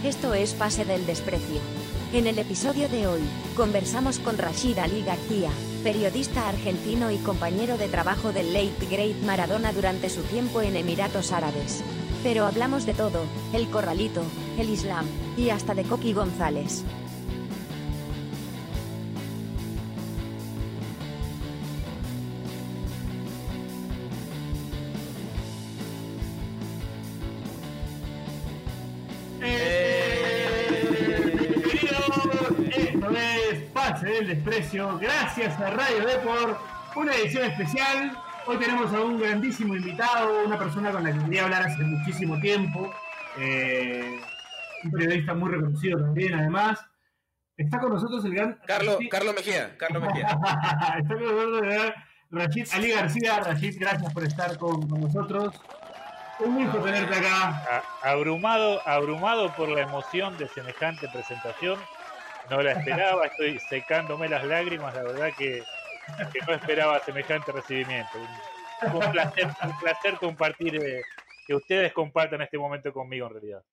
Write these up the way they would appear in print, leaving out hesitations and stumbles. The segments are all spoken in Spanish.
Esto es Pase del Desprecio. En el episodio de hoy, conversamos con Rashid Ali García, periodista argentino y compañero de trabajo del late great Maradona durante su tiempo en Emiratos Árabes. Pero hablamos de todo, el corralito, el Islam, y hasta de Coqui González. Esto es Pase del Desprecio, gracias a Radio Depor, una edición especial. Hoy tenemos a un grandísimo invitado, una persona con la que quería hablar hace muchísimo tiempo, un periodista muy reconocido también, además. Está con nosotros el gran... Carlos Mejía. Está con nosotros el gran Rashid Ali García. Rashid, gracias por estar con nosotros. Un gusto tenerte acá. Abrumado por la emoción de semejante presentación. No la esperaba, estoy secándome las lágrimas, la verdad que no esperaba semejante recibimiento. Un placer compartir, que ustedes compartan este momento conmigo en realidad.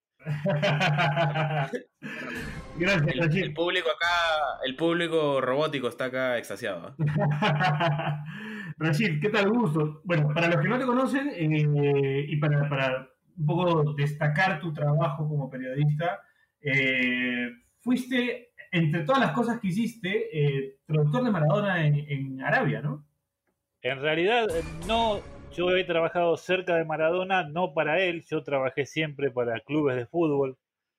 Gracias, Rashid. El público acá, el público robótico está acá extasiado. Rashid, ¿qué tal? Gusto. Bueno, para los que no te conocen y para un poco destacar tu trabajo como periodista, fuiste, entre todas las cosas que hiciste, traductor de Maradona en Arabia, ¿no? En realidad, no. Yo he trabajado cerca de Maradona, no para él. Yo trabajé siempre para clubes de fútbol,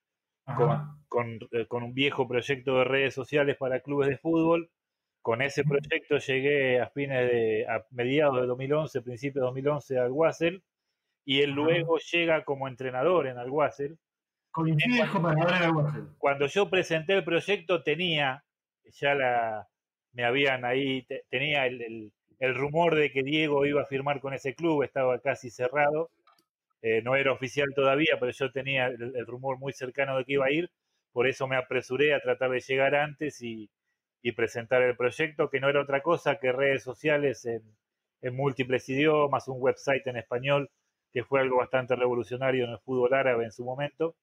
con un viejo proyecto de redes sociales para clubes de fútbol. Con ese proyecto llegué a mediados de 2011, principios de 2011 al Wasl, y él luego llega como entrenador en Al-Wasl. Coincides con Maradona en Al-Wasl. Cuando yo presenté el proyecto tenía el rumor de que Diego iba a firmar con ese club, estaba casi cerrado. No era oficial todavía, pero yo tenía el rumor muy cercano de que iba a ir. Por eso me apresuré a tratar de llegar antes y presentar el proyecto, que no era otra cosa que redes sociales en múltiples idiomas, un website en español, que fue algo bastante revolucionario en el fútbol árabe en su momento.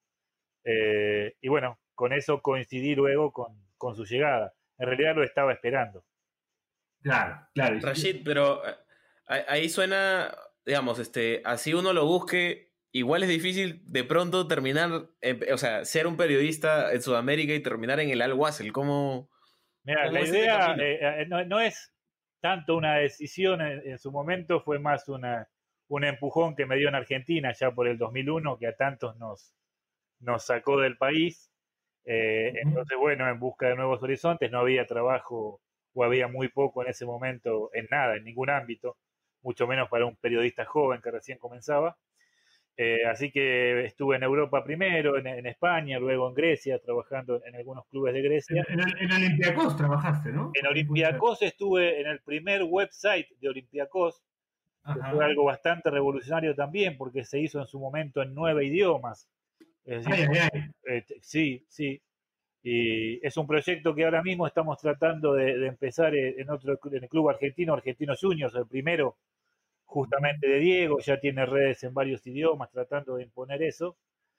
Y bueno, con eso coincidí luego con su llegada. En realidad lo estaba esperando. Claro. Rashid, pero ahí suena, digamos, así uno lo busque, igual es difícil de pronto terminar, ser un periodista en Sudamérica y terminar en el Al-Wasl. ¿Cómo? Mira, la idea no es tanto una decisión en su momento, fue más un empujón que me dio en Argentina ya por el 2001, que a tantos nos sacó del país. Entonces, bueno, en busca de nuevos horizontes, no había trabajo o había muy poco en ese momento en nada, en ningún ámbito, mucho menos para un periodista joven que recién comenzaba. Así que estuve en Europa primero, en España, luego en Grecia, trabajando en algunos clubes de Grecia. En Olympiacos trabajaste, ¿no? En Olympiacos estuve en el primer website de Olympiacos, que fue algo bastante revolucionario también, porque se hizo en su momento en 9 idiomas. Es decir, sí. Y es un proyecto que ahora mismo estamos tratando de empezar en el club Argentinos Juniors, el primero justamente de Diego, ya tiene redes en varios idiomas tratando de imponer eso.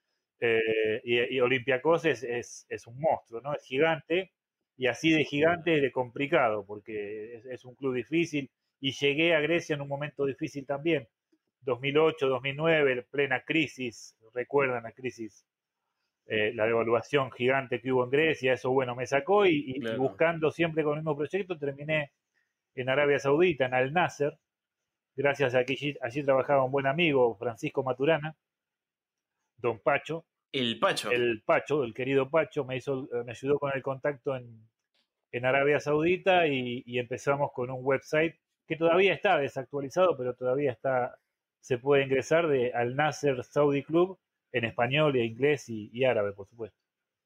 Y Olympiacos es un monstruo, ¿no? Es gigante, y así de gigante es de complicado, porque es un club difícil, y llegué a Grecia en un momento difícil también, 2008, 2009, plena crisis, recuerdan la crisis, la devaluación gigante que hubo en Grecia, eso bueno, me sacó y Claro. Buscando siempre con el mismo proyecto, terminé en Arabia Saudita, en Al Nasser, gracias a que allí trabajaba un buen amigo, Francisco Maturana, Don Pacho. El Pacho, el querido Pacho, me ayudó con el contacto en Arabia Saudita y empezamos con un website que todavía está desactualizado, pero todavía se puede ingresar, de Al Nasser Saudi Club, en español, e inglés y árabe, por supuesto.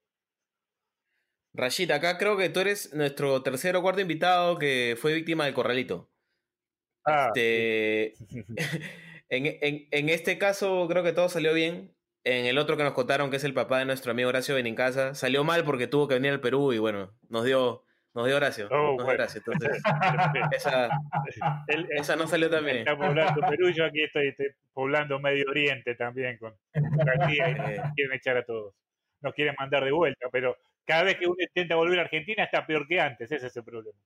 Rashid, acá creo que tú eres nuestro tercer o cuarto invitado que fue víctima del corralito. Sí. En este caso creo que todo salió bien. En el otro que nos contaron, que es el papá de nuestro amigo Horacio Benincasa, salió mal porque tuvo que venir al Perú y bueno, nos dio Horacio. Dio Horacio, entonces esa no salió tan bien. Está poblando Perú, yo aquí estoy poblando Medio Oriente también con Turquía, quieren echar a todos. nos quieren mandar de vuelta, pero cada vez que uno intenta volver a Argentina está peor que antes, ese es el problema.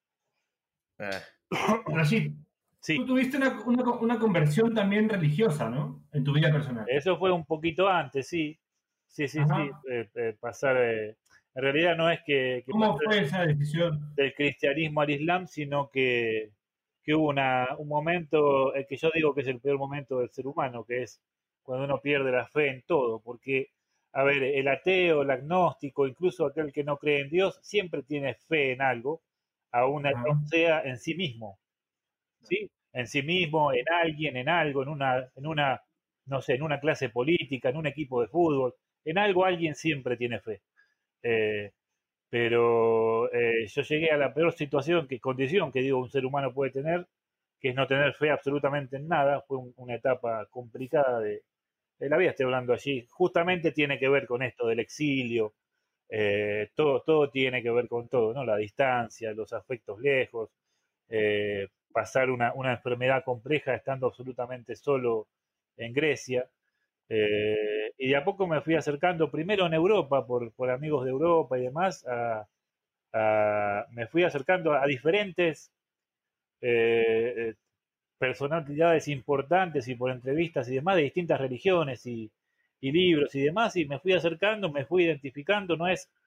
Rashid, sí. Tú tuviste una conversión también religiosa, ¿no? En tu vida personal. Eso fue un poquito antes, sí. Sí. Pasar... en realidad no es que ¿Cómo fue esa decisión? Del cristianismo al islam, sino que hubo un momento, el que yo digo que es el peor momento del ser humano, que es cuando uno pierde la fe en todo, porque, a ver, el ateo, el agnóstico, incluso aquel que no cree en Dios, siempre tiene fe en algo, aún no sea en sí mismo, ¿sí? En sí mismo, en alguien, en algo, en una, no sé, en una clase política, en un equipo de fútbol, en algo alguien siempre tiene fe. Pero yo llegué a la peor condición que digo un ser humano puede tener, que es no tener fe absolutamente en nada. Fue una etapa complicada de la vida, estoy hablando allí. Justamente tiene que ver con esto del exilio, todo tiene que ver con todo, ¿no? La distancia, los afectos lejos, pasar una enfermedad compleja estando absolutamente solo en Grecia. Y de a poco me fui acercando, primero en Europa, por amigos de Europa y demás, me fui acercando a diferentes personalidades importantes y por entrevistas y demás de distintas religiones y libros y demás, y me fui acercando, me fui identificando. No es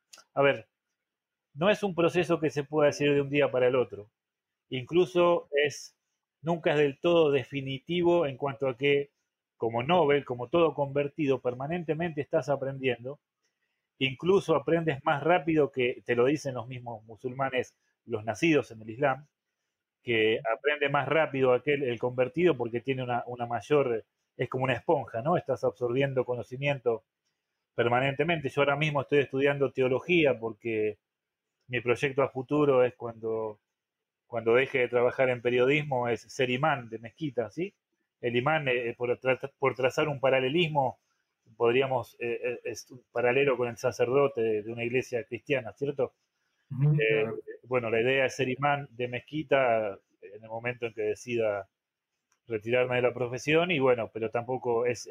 un proceso que se pueda decir de un día para el otro. Incluso nunca es del todo definitivo en cuanto a que, como Nobel, como todo convertido, permanentemente estás aprendiendo. Incluso aprendes más rápido que te lo dicen los mismos musulmanes, los nacidos en el Islam, que aprende más rápido el convertido porque tiene una mayor, es como una esponja, ¿no? Estás absorbiendo conocimiento permanentemente. Yo ahora mismo estoy estudiando teología porque mi proyecto a futuro es cuando deje de trabajar en periodismo, es ser imán de mezquita, ¿sí? El imán, por trazar un paralelismo, podríamos, es un paralelo con el sacerdote de una iglesia cristiana, ¿cierto? Bueno, la idea es ser imán de mezquita en el momento en que decida retirarme de la profesión, y bueno, pero tampoco es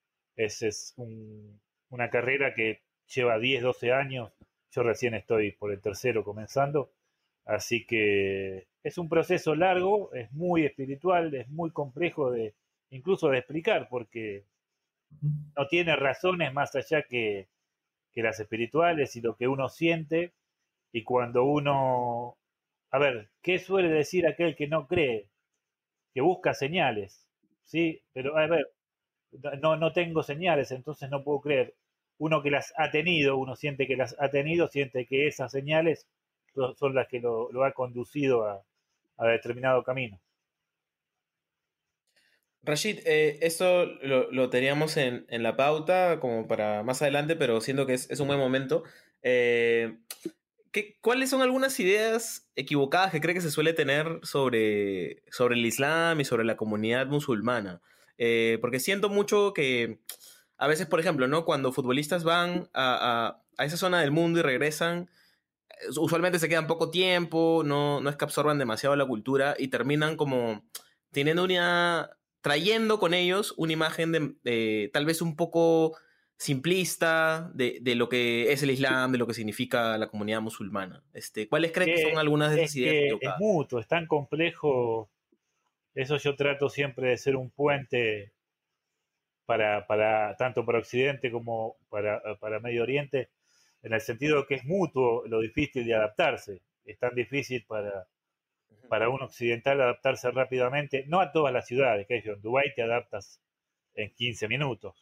una carrera que lleva 10, 12 años. Yo recién estoy por el tercero comenzando, así que es un proceso largo, es muy espiritual, es muy complejo incluso de explicar, porque no tiene razones más allá que las espirituales y lo que uno siente. Y cuando uno, a ver, ¿qué suele decir aquel que no cree? Que busca señales, ¿sí? Pero, a ver, no tengo señales, entonces no puedo creer. Uno que las ha tenido, uno siente que las ha tenido, siente que esas señales son las que lo ha conducido a determinado camino. Rashid, esto lo teníamos en la pauta como para más adelante, pero siento que es un buen momento. ¿Cuáles son algunas ideas equivocadas que cree que se suele tener sobre el Islam y sobre la comunidad musulmana? Porque siento mucho que a veces, por ejemplo, ¿no? Cuando futbolistas van a esa zona del mundo y regresan, usualmente se quedan poco tiempo, no es que absorban demasiado la cultura y terminan como teniendo trayendo con ellos una imagen de tal vez un poco simplista de lo que es el Islam, de lo que significa la comunidad musulmana. ¿Cuáles creen que son algunas de esas ideas equivocadas? Es mutuo, es tan complejo. Eso yo trato siempre de ser un puente tanto para Occidente como para Medio Oriente, en el sentido que es mutuo lo difícil de adaptarse. Es tan difícil para un occidental adaptarse rápidamente, no a todas las ciudades, que en Dubái te adaptas en 15 minutos.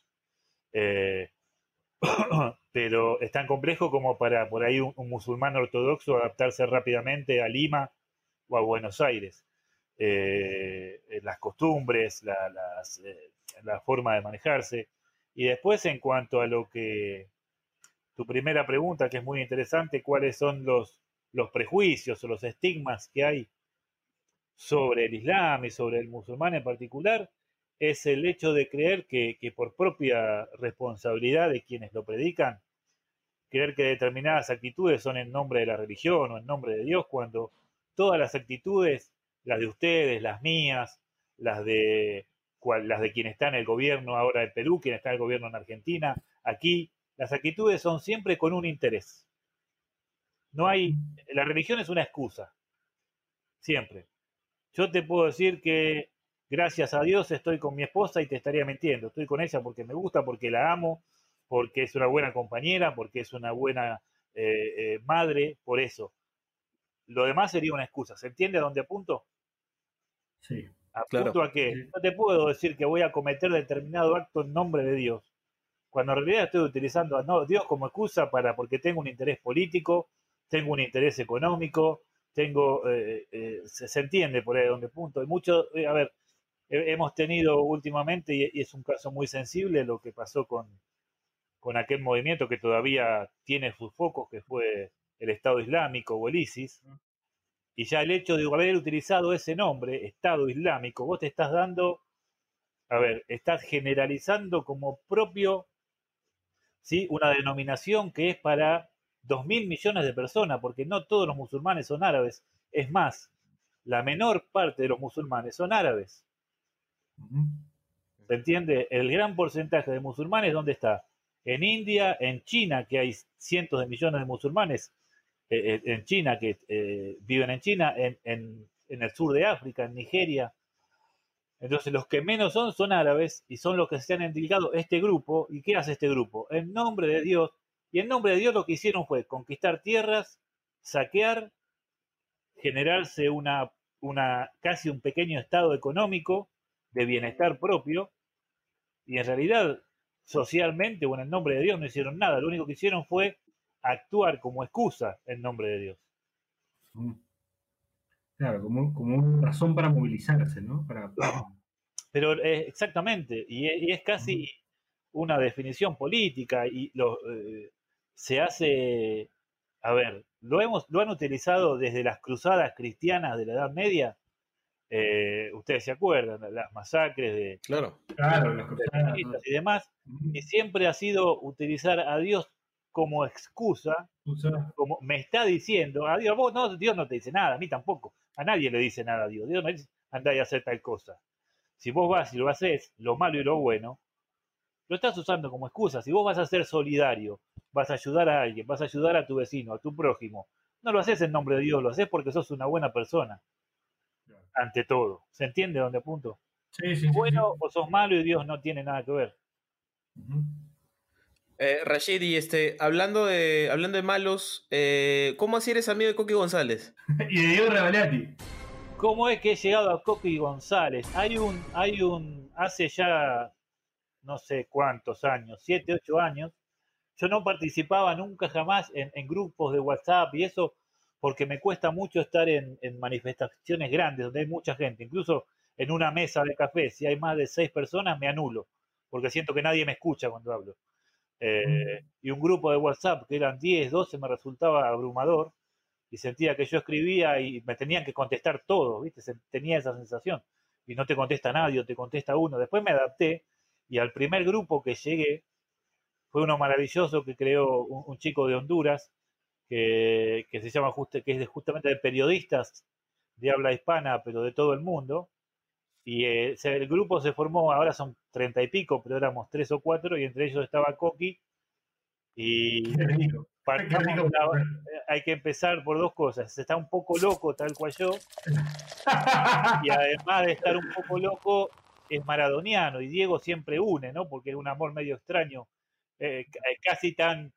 Pero es tan complejo como para por ahí un musulmán ortodoxo adaptarse rápidamente a Lima o a Buenos Aires. Las costumbres, la forma de manejarse. Y después, en cuanto a tu primera pregunta, que es muy interesante, ¿cuáles son los prejuicios o los estigmas que hay sobre el Islam y sobre el musulmán en particular? Es el hecho de creer que por propia responsabilidad de quienes lo predican, creer que determinadas actitudes son en nombre de la religión o en nombre de Dios, cuando todas las actitudes, las de ustedes, las mías, las de quien está en el gobierno ahora de Perú, quien está en el gobierno en Argentina, aquí, Las actitudes son siempre con un interés. No hay, la religión es una excusa, siempre. Yo te puedo decir que gracias a Dios estoy con mi esposa y te estaría mintiendo. Estoy con ella porque me gusta, porque la amo, porque es una buena compañera, porque es una buena madre, por eso. Lo demás sería una excusa. ¿Se entiende a dónde apunto? Sí. ¿Apunto Claro. a qué? No te puedo decir que voy a cometer determinado acto en nombre de Dios, cuando en realidad estoy utilizando a Dios como excusa porque tengo un interés político, tengo un interés económico, tengo, se entiende por ahí donde punto. Y mucho, a ver, hemos tenido últimamente, y es un caso muy sensible, lo que pasó con aquel movimiento que todavía tiene sus focos, que fue el Estado Islámico o el ISIS, y ya el hecho de haber utilizado ese nombre, Estado Islámico, vos te estás dando, a ver, estás generalizando como propio, ¿sí?, una denominación que es para 2.000 millones de personas, porque no todos los musulmanes son árabes. Es más, la menor parte de los musulmanes son árabes. ¿Se entiende? El gran porcentaje de musulmanes, ¿dónde está? En India, en China, que hay cientos de millones de musulmanes, en China, que viven en China, en el sur de África, en Nigeria. Entonces, los que menos son árabes y son los que se han indicado este grupo. ¿Y qué hace este grupo? En nombre de Dios. Y en nombre de Dios lo que hicieron fue conquistar tierras, saquear, generarse casi un pequeño estado económico de bienestar propio. Y en realidad, socialmente o en el nombre de Dios no hicieron nada. Lo único que hicieron fue actuar como excusa en nombre de Dios. Claro, como una razón para movilizarse, ¿no? Pero exactamente, y es casi una definición política y se hace, a ver, lo han utilizado desde las cruzadas cristianas de la Edad Media. Ustedes se acuerdan, las masacres de Claro, las cruzadas y demás, y siempre ha sido utilizar a Dios como excusa, como me está diciendo, a Dios, Dios no te dice nada, a mí tampoco, a nadie le dice nada a Dios, Dios no dice, andá y hacer tal cosa. Si vos vas y lo haces, lo malo y lo bueno, lo estás usando como excusa. Si vos vas a ser solidario, vas a ayudar a alguien, vas a ayudar a tu vecino, a tu prójimo, no lo haces en nombre de Dios, lo haces porque sos una buena persona. Ante todo. ¿Se entiende dónde apunto? Sí. Bueno, o sos malo y Dios no tiene nada que ver. Rashid, y hablando de malos, ¿cómo así eres amigo de Coqui González? Y de Diego Revalati. ¿Cómo es que he llegado a Coqui González? Hace ya no sé cuántos años, 7, 8 años, yo no participaba nunca jamás en grupos de WhatsApp y eso, porque me cuesta mucho estar en manifestaciones grandes donde hay mucha gente. Incluso en una mesa de café, si hay más de 6 personas, me anulo, porque siento que nadie me escucha cuando hablo. Y un grupo de WhatsApp que eran 10, 12 me resultaba abrumador y sentía que yo escribía y me tenían que contestar todos, ¿viste? Tenía esa sensación. Y no te contesta nadie, o te contesta uno. Después me adapté y al primer grupo que llegué fue uno maravilloso que creó un chico de Honduras que se llama que es justamente de periodistas de habla hispana, pero de todo el mundo. Y el grupo se formó, ahora son 30 y pico, pero éramos 3 o 4, y entre ellos estaba Coqui. Y hay que empezar por dos cosas. Está un poco loco, tal cual yo, y además de estar un poco loco, es maradoniano, y Diego siempre une, ¿no? Porque es un amor medio extraño, casi tan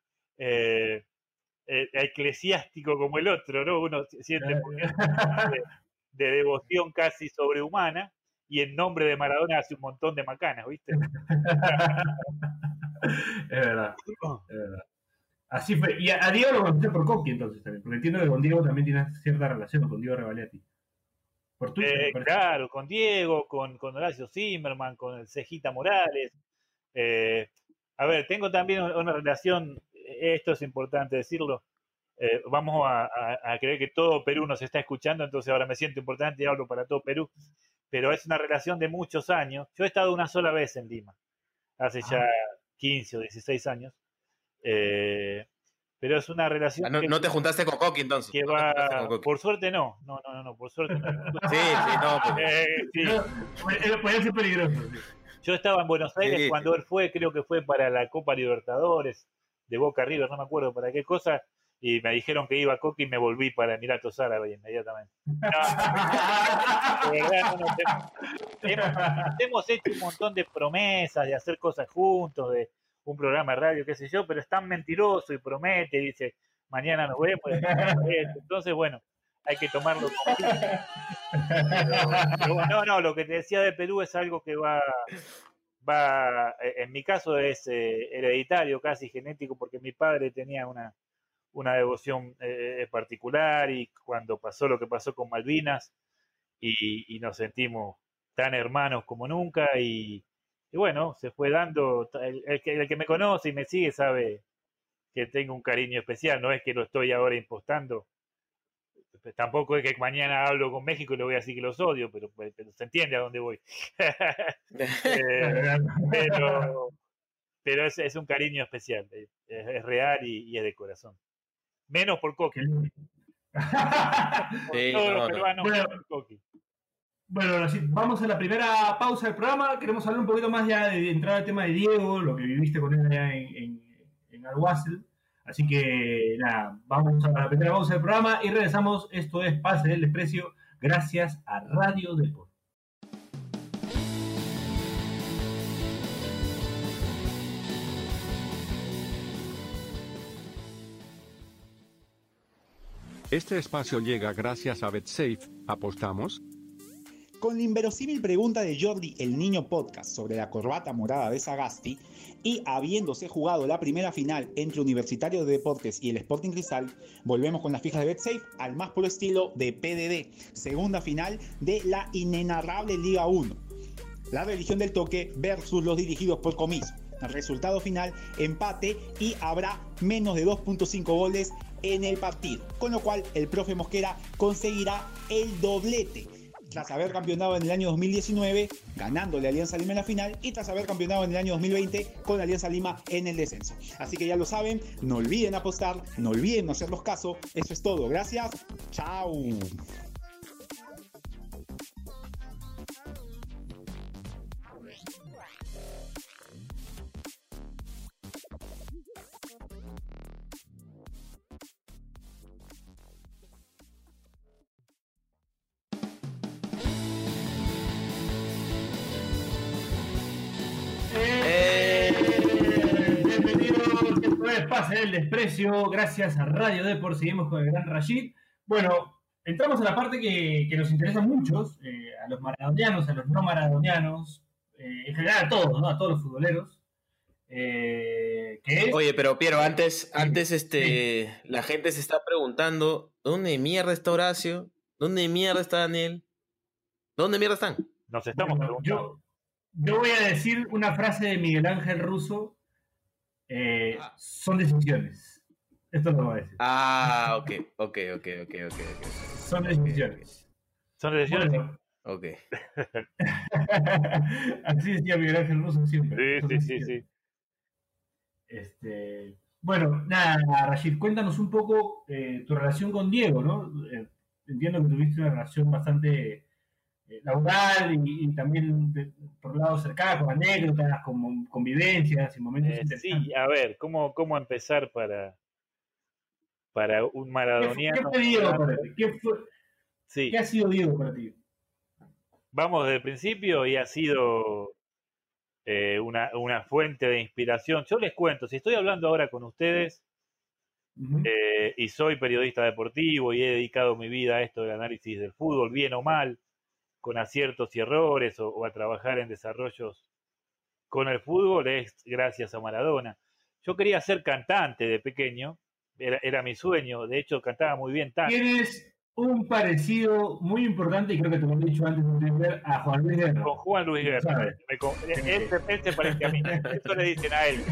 eclesiástico como el otro, ¿no? Uno siente de devoción casi sobrehumana, y en nombre de Maradona hace un montón de macanas, ¿viste? Es verdad. Así fue. Y a Diego lo conocí por Coqui entonces también, porque entiendo que con Diego también tienes cierta relación, con Diego Revalati. Por Twitter, claro, con Diego, con Horacio Zimmerman, con el Cejita Morales. A ver, tengo también una relación, esto es importante decirlo, vamos a creer que todo Perú nos está escuchando, entonces ahora me siento importante y hablo para todo Perú, pero es una relación de muchos años. Yo he estado una sola vez en Lima, hace ya 15 o 16 años, pero es una relación no te juntaste con Coqui entonces. Que va, por suerte no, por suerte no. Puede ser peligroso. Yo estaba en Buenos Aires cuando él fue, creo que fue para la Copa Libertadores, de Boca River, no me acuerdo para qué cosa, y me dijeron que iba a Coqui y me volví para Emiratos Árabes inmediatamente. No, de verdad, hemos hecho un montón de promesas de hacer cosas juntos, de un programa de radio, qué sé yo, pero es tan mentiroso y promete, dice, mañana nos vemos. Entonces, bueno, hay que tomarlo con pero no, lo que te decía de Perú es algo que va en mi caso es hereditario, casi genético, porque mi padre tenía una devoción particular, y cuando pasó lo que pasó con Malvinas y nos sentimos tan hermanos como nunca, y bueno, se fue dando, el que me conoce y me sigue sabe que tengo un cariño especial, no es que lo estoy ahora impostando, tampoco es que mañana hablo con México y le voy a decir que los odio, pero se entiende a dónde voy. Pero es un cariño especial, es real y es de corazón. Menos por Coqui. Sí, todos los peruanos por Coqui. Bueno, ahora sí, vamos a la primera pausa del programa. Queremos hablar un poquito más ya de entrar al tema de Diego, lo que viviste con él allá en Alguacil. Así que nada, vamos a la primera pausa del programa y regresamos. Esto es Pase del Desprecio, gracias a Radio Depor. Este espacio llega gracias a BetSafe. ¿Apostamos? Con la inverosímil pregunta de Jordi el Niño Podcast sobre la corbata morada de Sagasti, y habiéndose jugado la primera final entre Universitario de Deportes y el Sporting Cristal, volvemos con las fijas de BetSafe al más puro estilo de PDD, segunda final de la inenarrable Liga 1. La religión del toque versus los dirigidos por Comiso. El resultado final, empate, y habrá menos de 2.5 goles en el partido, con lo cual el profe Mosquera conseguirá el doblete tras haber campeonado en el año 2019 ganándole a Alianza Lima en la final, y tras haber campeonado en el año 2020 con Alianza Lima en el descenso. Así que ya lo saben, no olviden apostar, no olviden no hacerlos caso. Eso es todo, gracias, chao. Bienvenidos, esto es Pase del Desprecio, gracias a Radio Depor. Seguimos con el gran Rashid. Bueno, entramos a la parte que nos interesa a muchos, a los maradonianos, a los no maradonianos, en general a todos, ¿no? A todos los futboleros. Que es... Oye, pero Piero, antes la gente se está preguntando, ¿dónde mierda está Horacio? ¿Dónde mierda está Daniel? ¿Dónde mierda están? Nos estamos preguntando. Yo voy a decir una frase de Miguel Ángel Russo. Son decisiones. Esto lo voy a decir. Ah, ok. Son decisiones. Son decisiones. Bueno, ok. Así decía Miguel Ángel Russo siempre. Sí. Bueno, nada, Rashid, cuéntanos un poco tu relación con Diego, ¿no? Entiendo que tuviste una relación bastante laboral y también por un lado cercana, con anécdotas, con convivencias y momentos interesantes. Sí, a ver, ¿cómo empezar para un maradoniano? ¿Qué fue Diego para ti? Sí. ¿Qué ha sido Diego para ti? Vamos desde el principio, y ha sido una fuente de inspiración. Yo les cuento, si estoy hablando ahora con ustedes, y soy periodista deportivo y he dedicado mi vida a esto del análisis del fútbol, bien o mal, con aciertos y errores, o a trabajar en desarrollos con el fútbol, es gracias a Maradona. Yo quería ser cantante de pequeño, era mi sueño, de hecho cantaba muy bien tango. Tienes un parecido muy importante, y creo que te lo he dicho antes de ver, a Juan Luis Guerra. Con Juan Luis Guerra. Él se parece a mí, eso le dicen a él.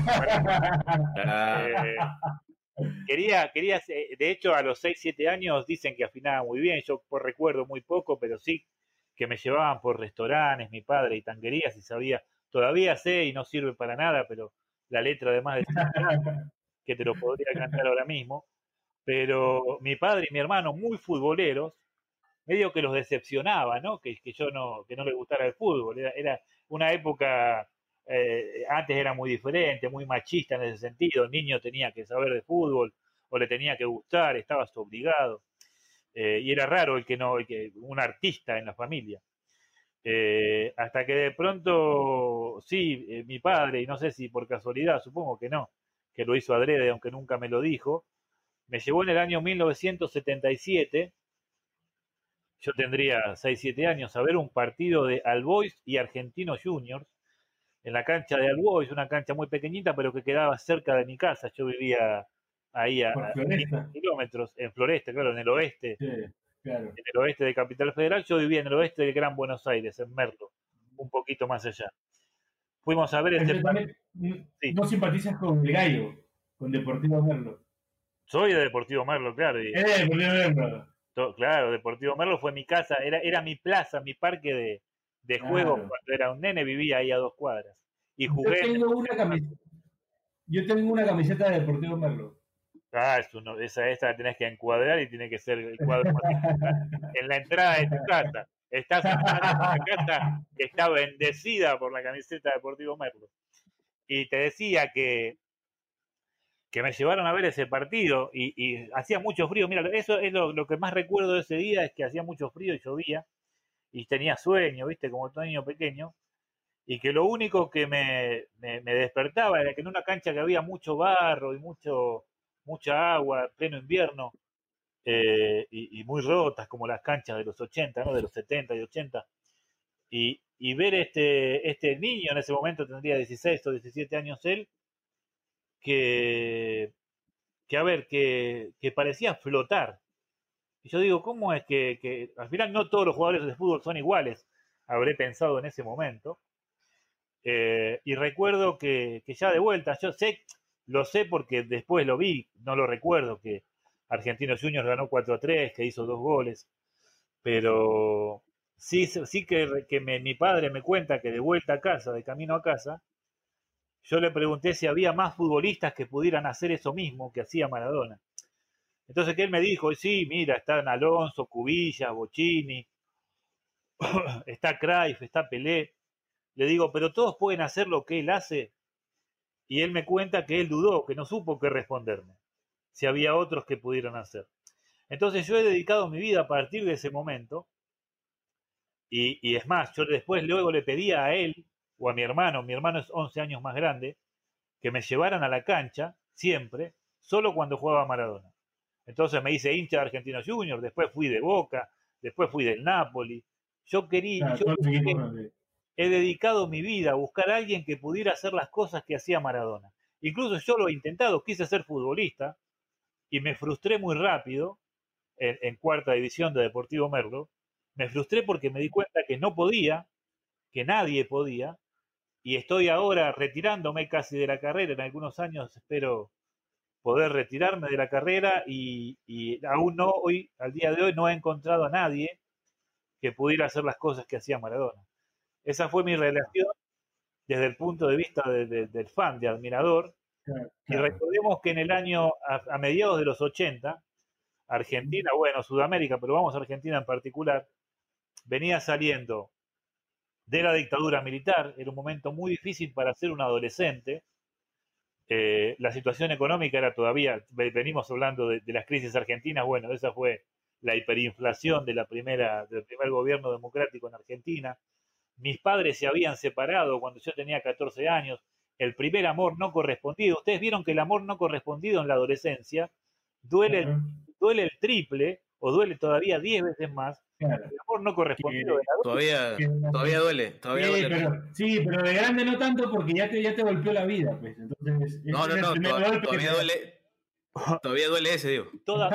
Quería, de hecho a los 6, 7 años dicen que afinaba muy bien, yo recuerdo muy poco, pero sí que me llevaban por restaurantes, mi padre, y tanguerías, y sabía, todavía sé y no sirve para nada, pero la letra además de que te lo podría cantar ahora mismo, pero mi padre y mi hermano, muy futboleros, medio que los decepcionaba, ¿no? Que no les gustara el fútbol, era una época Antes era muy diferente, muy machista en ese sentido. El niño tenía que saber de fútbol o le tenía que gustar, estabas obligado. Y era raro un artista en la familia. Hasta que de pronto, sí, mi padre, y no sé si por casualidad, supongo que no, que lo hizo adrede, aunque nunca me lo dijo, me llevó en el año 1977, yo tendría 6, 7 años, a ver un partido de All Boys y Argentinos Juniors en la cancha de All Boys, una cancha muy pequeñita, pero que quedaba cerca de mi casa. Yo vivía ahí a 15 kilómetros, en Floresta, claro, en el oeste. Sí, claro. En el oeste de Capital Federal. Yo vivía en el oeste del Gran Buenos Aires, en Merlo, un poquito más allá. Fuimos a ver este partido. Sí. ¿No simpatizas con el Gallo, con Deportivo Merlo? Soy de Deportivo Merlo, claro. Deportivo Merlo. Claro, Deportivo Merlo fue mi casa, era mi plaza, mi parque de juegos. Cuando era un nene vivía ahí a 2 cuadras. Y jugué. Yo tengo una camiseta de Deportivo Merlo. Esa la tenés que encuadrar y tiene que ser el cuadro en la entrada de tu casa. Estás en una casa que está bendecida por la camiseta de Deportivo Merlo. Y te decía que me llevaron a ver ese partido y hacía mucho frío. Mira, eso es lo que más recuerdo de ese día, es que hacía mucho frío y llovía y tenía sueño, viste, como todo niño pequeño, y que lo único que me despertaba era que en una cancha que había mucho barro y mucha agua, pleno invierno, y muy rotas como las canchas de los 80, ¿no? De los 70 y 80, y ver este niño, en ese momento tendría 16 o 17 años él, que parecía flotar. Y yo digo, ¿cómo es que al final no todos los jugadores de fútbol son iguales? Habré pensado en ese momento. Y recuerdo que ya de vuelta, lo sé porque después lo vi, no lo recuerdo, que Argentinos Juniors ganó 4-3, que hizo 2 goles, pero sí que mi padre me cuenta que de vuelta a casa, de camino a casa, yo le pregunté si había más futbolistas que pudieran hacer eso mismo que hacía Maradona. Entonces que él me dijo, sí, mira, están Alonso, Cubillas, Bocini, está Cruyff, está Pelé. Le digo, pero todos pueden hacer lo que él hace. Y él me cuenta que él dudó, que no supo qué responderme, si había otros que pudieran hacer. Entonces yo he dedicado mi vida a partir de ese momento, y es más, yo después luego le pedía a él, o a mi hermano es 11 años más grande, que me llevaran a la cancha, siempre, solo cuando jugaba Maradona. Entonces me hice hincha de Argentinos Juniors, después fui de Boca, después fui del Napoli. He dedicado mi vida a buscar a alguien que pudiera hacer las cosas que hacía Maradona. Incluso yo lo he intentado, quise ser futbolista y me frustré muy rápido en cuarta división de Deportivo Merlo. Me frustré porque me di cuenta que no podía, que nadie podía, y estoy ahora retirándome casi de la carrera. En algunos años espero poder retirarme de la carrera y aún no, al día de hoy no he encontrado a nadie que pudiera hacer las cosas que hacía Maradona. Esa fue mi relación desde el punto de vista del fan, de admirador. Claro. Y recordemos que en el año, a mediados de los 80, Argentina, bueno, Sudamérica, pero vamos a Argentina en particular, venía saliendo de la dictadura militar. Era un momento muy difícil para ser un adolescente. La situación económica era todavía, venimos hablando de las crisis argentinas, bueno, esa fue la hiperinflación del primer gobierno democrático en Argentina. Mis padres se habían separado cuando yo tenía 14 años. El primer amor no correspondido. Ustedes vieron que el amor no correspondido en la adolescencia duele el triple, o duele todavía 10 veces más. Claro. El amor no correspondido. Todavía duele. Pero de grande no tanto, porque ya te golpeó la vida. Pues. Entonces, todavía duele ese, digo.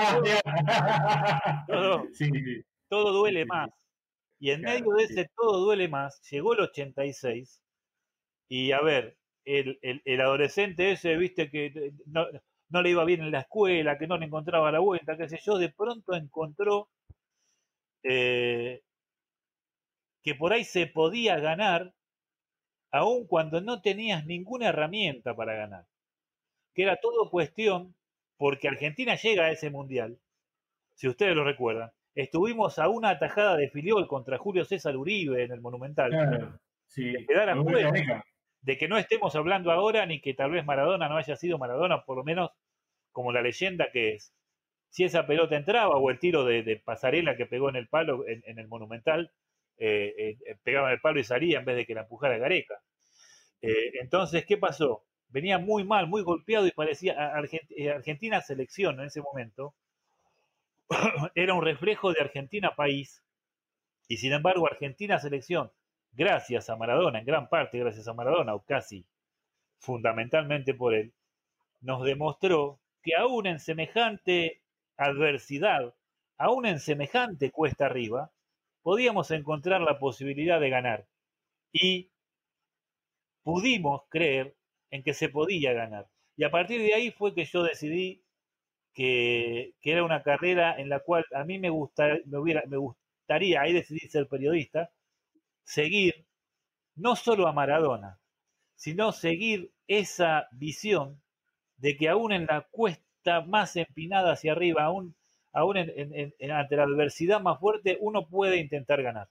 Todo duele más. Y en medio de ese todo duele más, llegó el 86, y a ver, el adolescente ese, viste, que no le iba bien en la escuela, que no le encontraba la vuelta, qué sé yo, de pronto encontró que por ahí se podía ganar, aun cuando no tenías ninguna herramienta para ganar. Que era todo cuestión, porque Argentina llega a ese mundial, si ustedes lo recuerdan. Estuvimos a una atajada de Filiol contra Julio César Uribe en el Monumental. Claro, sí. De quedar afuera. de que no estemos hablando ahora, ni que tal vez Maradona no haya sido Maradona, por lo menos como la leyenda que es. Si esa pelota entraba, o el tiro de Pasarela que pegó en el palo, en el Monumental, pegaba en el palo y salía en vez de que la empujara Gareca. Entonces, ¿qué pasó? Venía muy mal, muy golpeado, y parecía Argentina selección en ese momento era un reflejo de Argentina país, y sin embargo Argentina selección, gracias a Maradona, en gran parte gracias a Maradona, o casi fundamentalmente por él, nos demostró que aún en semejante adversidad, aún en semejante cuesta arriba, podíamos encontrar la posibilidad de ganar. Y pudimos creer en que se podía ganar. Y a partir de ahí fue que yo decidí que era una carrera en la cual a mí me gustaría, ahí decidí ser periodista, seguir no solo a Maradona, sino seguir esa visión de que aún en la cuesta más empinada hacia arriba, aún ante la adversidad más fuerte, uno puede intentar ganar.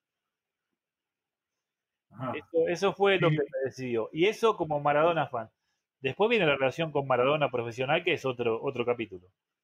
Eso fue lo que me decidió. Y eso como Maradona fan. Después viene la relación con Maradona profesional, que es otro capítulo.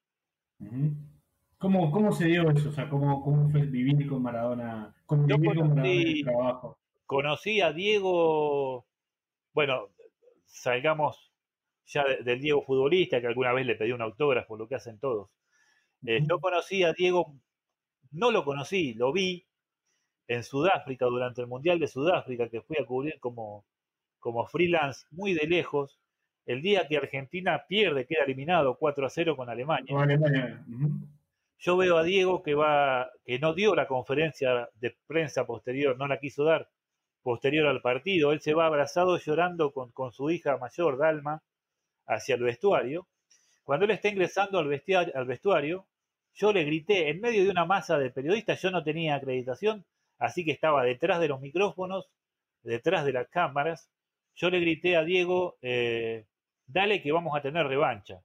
¿Cómo se dio eso? O sea, ¿cómo fue vivir con Maradona? Convivir con Maradona en el trabajo. Conocí a Diego, bueno, salgamos ya del Diego futbolista, que alguna vez le pedí un autógrafo, lo que hacen todos. Yo conocí a Diego, no lo conocí, lo vi en Sudáfrica durante el Mundial de Sudáfrica, que fui a cubrir como freelance muy de lejos, el día que Argentina pierde, queda eliminado 4-0 con Alemania. Yo veo a Diego que no dio la conferencia de prensa posterior, no la quiso dar posterior al partido. Él se va abrazado llorando con su hija mayor, Dalma, hacia el vestuario. Cuando él está ingresando al vestuario, yo le grité en medio de una masa de periodistas. Yo no tenía acreditación, así que estaba detrás de los micrófonos, detrás de las cámaras. Yo le grité a Diego, dale que vamos a tener revancha.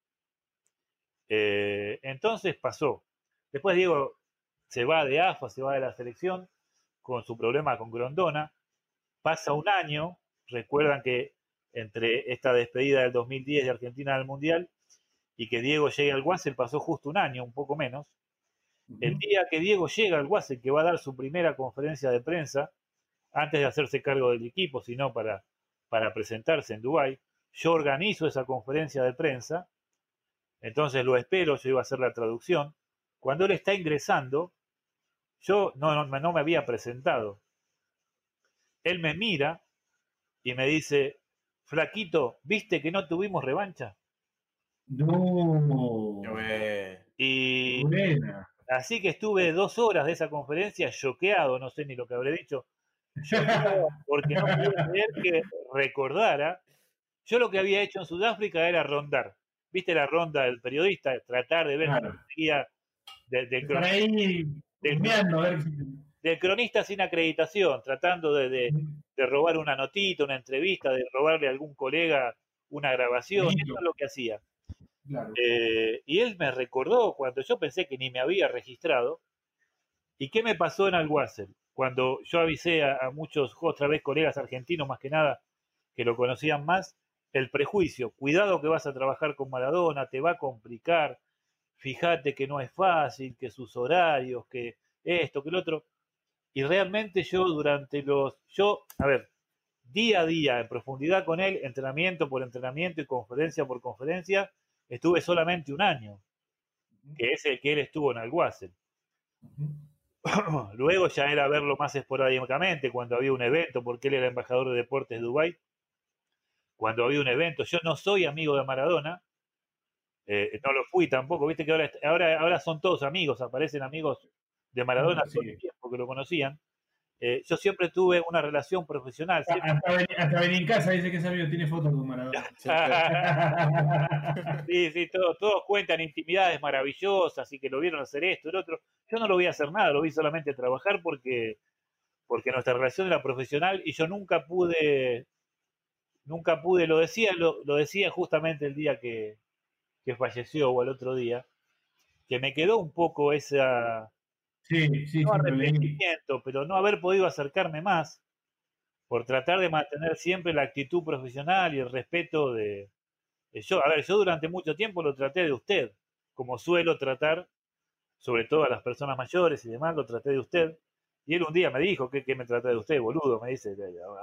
Entonces pasó. Después Diego se va de AFA, se va de la selección con su problema con Grondona. Pasa un año, recuerdan que entre esta despedida del 2010 de Argentina del Mundial y que Diego llegue al Wassel pasó justo un año, un poco menos. El día que Diego llega al Wassel, que va a dar su primera conferencia de prensa, antes de hacerse cargo del equipo, sino para presentarse en Dubái, yo organizo esa conferencia de prensa, entonces lo espero, yo iba a hacer la traducción. Cuando él está ingresando, yo no me había presentado. Él me mira y me dice, flaquito, ¿viste que no tuvimos revancha? No. Y así que estuve 2 horas de esa conferencia choqueado, no sé ni lo que habré dicho, porque no podía creer que recordara. Yo lo que había hecho en Sudáfrica era rondar. ¿Viste la ronda del periodista? Tratar de ver si conseguía del cronista sin acreditación, tratando de robar una notita, una entrevista, de robarle a algún colega una grabación. Eso es lo que hacía. Claro. Y él me recordó cuando yo pensé que ni me había registrado. ¿Y qué me pasó en Alguacil? Cuando yo avisé a muchos, otra vez colegas argentinos más que nada, que lo conocían más, el prejuicio, cuidado que vas a trabajar con Maradona, te va a complicar, fíjate que no es fácil, que sus horarios, que esto, que el otro. Y realmente yo día a día, en profundidad con él, entrenamiento por entrenamiento y conferencia por conferencia, estuve solamente un año, que es el que él estuvo en Alguacil. Luego ya era verlo más esporádicamente, cuando había un evento, porque él era embajador de deportes de Dubái. Cuando había un evento, yo no soy amigo de Maradona, no lo fui tampoco, viste que ahora son todos amigos, aparecen amigos de Maradona todo el tiempo que lo conocían. Yo siempre tuve una relación profesional. Hasta Benincasa dice que es amigo, tiene fotos con Maradona. Sí, todos cuentan intimidades maravillosas y que lo vieron hacer esto, el otro. Yo no lo vi hacer nada, lo vi solamente trabajar porque nuestra relación era profesional y yo nunca pude, lo decía justamente el día que falleció o el otro día, que me quedó un poco esa... no arrepentimiento, pero no haber podido acercarme más, por tratar de mantener siempre la actitud profesional y el respeto de... Yo durante mucho tiempo lo traté de usted, como suelo tratar, sobre todo a las personas mayores y demás, lo traté de usted. Y él un día me dijo, ¿qué me traté de usted, boludo? Me dice,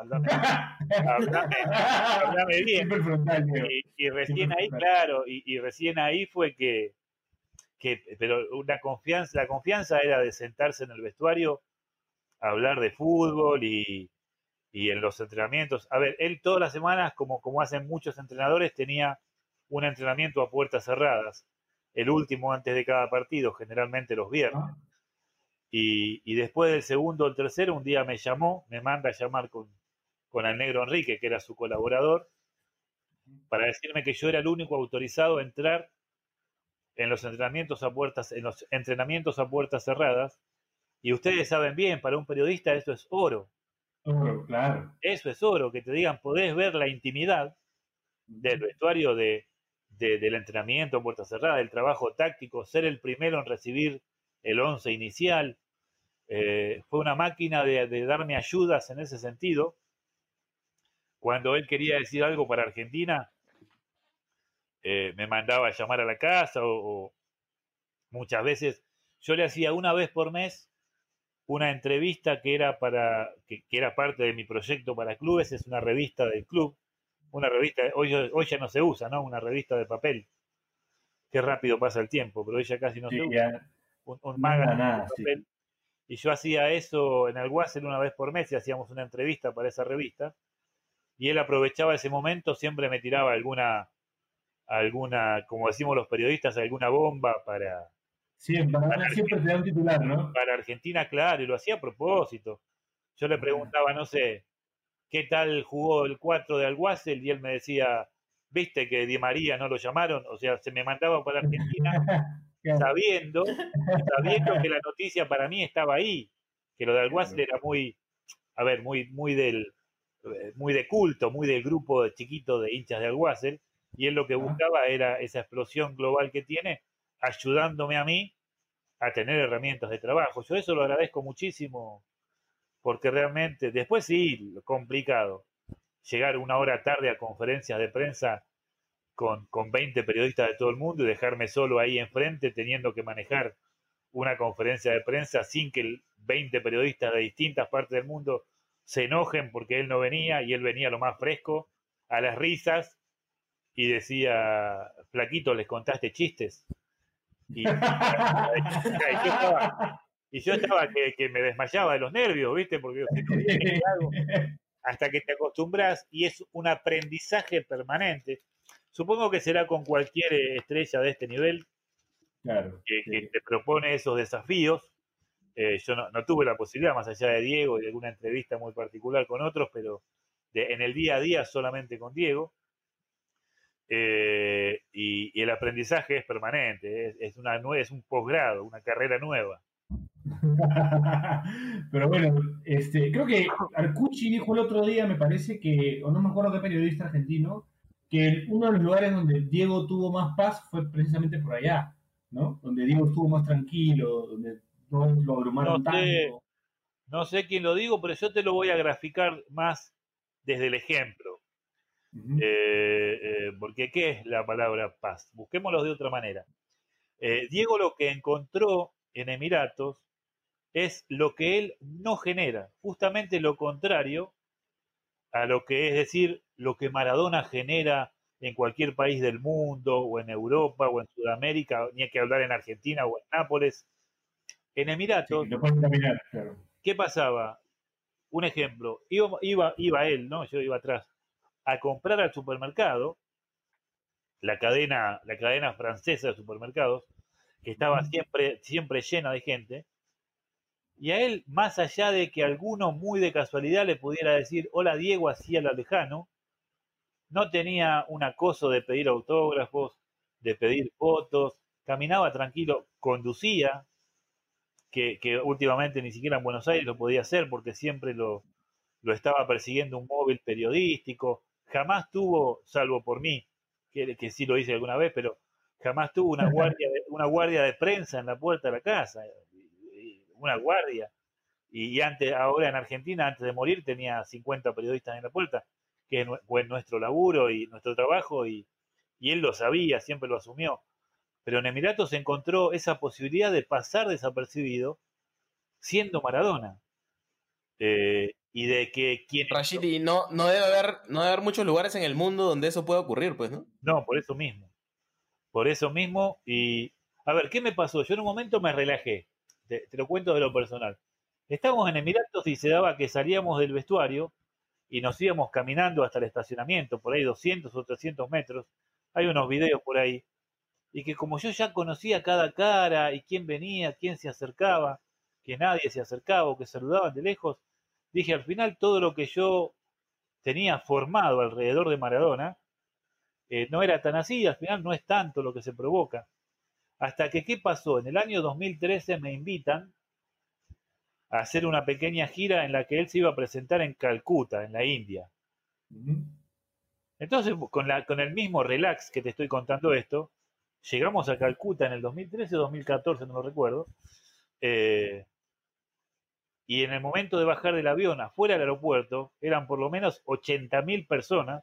hablame bien. Y recién ahí, claro, y recién ahí fue pero la confianza era de sentarse en el vestuario, a hablar de fútbol y en los entrenamientos. A ver, él todas las semanas, como hacen muchos entrenadores, tenía un entrenamiento a puertas cerradas, el último antes de cada partido, generalmente los viernes. Y después del segundo o el tercero, un día me manda a llamar con el negro Enrique, que era su colaborador, para decirme que yo era el único autorizado a entrar en los entrenamientos a puertas cerradas. Y ustedes saben bien, para un periodista eso es oro. Oro, claro. Eso es oro, que te digan, podés ver la intimidad del vestuario del entrenamiento a puerta cerrada, del trabajo táctico, ser el primero en recibir el 11 inicial. Fue una máquina de darme ayudas en ese sentido. Cuando él quería decir algo para Argentina, me mandaba a llamar a la casa o muchas veces yo le hacía una vez por mes una entrevista que era que era parte de mi proyecto para clubes. Es una revista del club, una revista, hoy ya no se usa, ¿no? Una revista de papel. Qué rápido pasa el tiempo, pero hoy ya casi no se usa. Un magazine de papel. Sí. Y yo hacía eso en Alguacil una vez por mes y hacíamos una entrevista para esa revista. Y él aprovechaba ese momento, siempre me tiraba alguna, como decimos los periodistas, alguna bomba para... Siempre te da un titular, ¿no? Para Argentina, claro, y lo hacía a propósito. Yo le preguntaba, no sé, ¿qué tal jugó el 4 de Alguacil? Y él me decía, ¿viste que Di María no lo llamaron? O sea, se me mandaba para Argentina sabiendo que la noticia para mí estaba ahí, que lo de Alguacil era muy de culto, muy del grupo chiquito de hinchas de Alguacil, y él lo que buscaba era esa explosión global que tiene, ayudándome a mí a tener herramientas de trabajo. Yo eso lo agradezco muchísimo, porque realmente, después sí, complicado, llegar una hora tarde a conferencias de prensa con 20 periodistas de todo el mundo y dejarme solo ahí enfrente teniendo que manejar una conferencia de prensa sin que 20 periodistas de distintas partes del mundo se enojen porque él no venía y él venía lo más fresco, a las risas, y decía, flaquito, ¿les contaste chistes? Y yo estaba que me desmayaba de los nervios, ¿viste? Porque hasta que te acostumbras, y es un aprendizaje permanente. Supongo que será con cualquier estrella de este nivel, claro, que te propone esos desafíos. Yo no tuve la posibilidad, más allá de Diego y de alguna entrevista muy particular con otros, pero en el día a día solamente con Diego. Y el aprendizaje es permanente, es un posgrado, una carrera nueva. Pero bueno, creo que Arcucci dijo el otro día, me parece que, o no me acuerdo qué periodista argentino, que uno de los lugares donde Diego tuvo más paz fue precisamente por allá, ¿no? Donde Diego estuvo más tranquilo, donde no lo abrumaron tanto. No sé quién lo digo, pero yo te lo voy a graficar más desde el ejemplo. Porque ¿qué es la palabra paz? Busquémoslo de otra manera. Diego lo que encontró en Emiratos es lo que él no genera, justamente lo contrario a lo que es decir, lo que Maradona genera en cualquier país del mundo, o en Europa, o en Sudamérica, ni hay que hablar en Argentina o en Nápoles. En Emiratos, sí, lo pueden caminar, claro. ¿Qué pasaba? Un ejemplo, iba él, ¿no? Yo iba atrás, a comprar al supermercado, la cadena francesa de supermercados, que estaba siempre llena de gente, y a él, más allá de que alguno muy de casualidad le pudiera decir hola Diego así a lo lejano, no tenía un acoso de pedir autógrafos, de pedir fotos, caminaba tranquilo, conducía, que últimamente ni siquiera en Buenos Aires lo podía hacer porque siempre lo estaba persiguiendo un móvil periodístico. Jamás tuvo, salvo por mí, que sí lo hice alguna vez, pero jamás tuvo una guardia de prensa en la puerta de la casa. Una guardia. Y ahora en Argentina, antes de morir, tenía 50 periodistas en la puerta, que fue nuestro laburo y nuestro trabajo, y él lo sabía, siempre lo asumió. Pero en Emiratos encontró esa posibilidad de pasar desapercibido siendo Maradona. Y de que Rashid, y no debe haber muchos lugares en el mundo donde eso pueda ocurrir, pues, ¿no? No, por eso mismo. Por eso mismo. Y a ver, ¿qué me pasó? Yo en un momento me relajé. Te lo cuento de lo personal. Estábamos en Emiratos y se daba que salíamos del vestuario y nos íbamos caminando hasta el estacionamiento, por ahí 200 o 300 metros. Hay unos videos por ahí. Y que como yo ya conocía cada cara y quién venía, quién se acercaba, que nadie se acercaba o que saludaban de lejos, dije, al final todo lo que yo tenía formado alrededor de Maradona no era tan así, al final no es tanto lo que se provoca. Hasta que, ¿qué pasó? En el año 2013 me invitan a hacer una pequeña gira en la que él se iba a presentar en Calcuta, en la India. Entonces, con el mismo relax que te estoy contando esto, llegamos a Calcuta en el 2013 o 2014, no lo recuerdo, y en el momento de bajar del avión afuera del aeropuerto, eran por lo menos 80.000 personas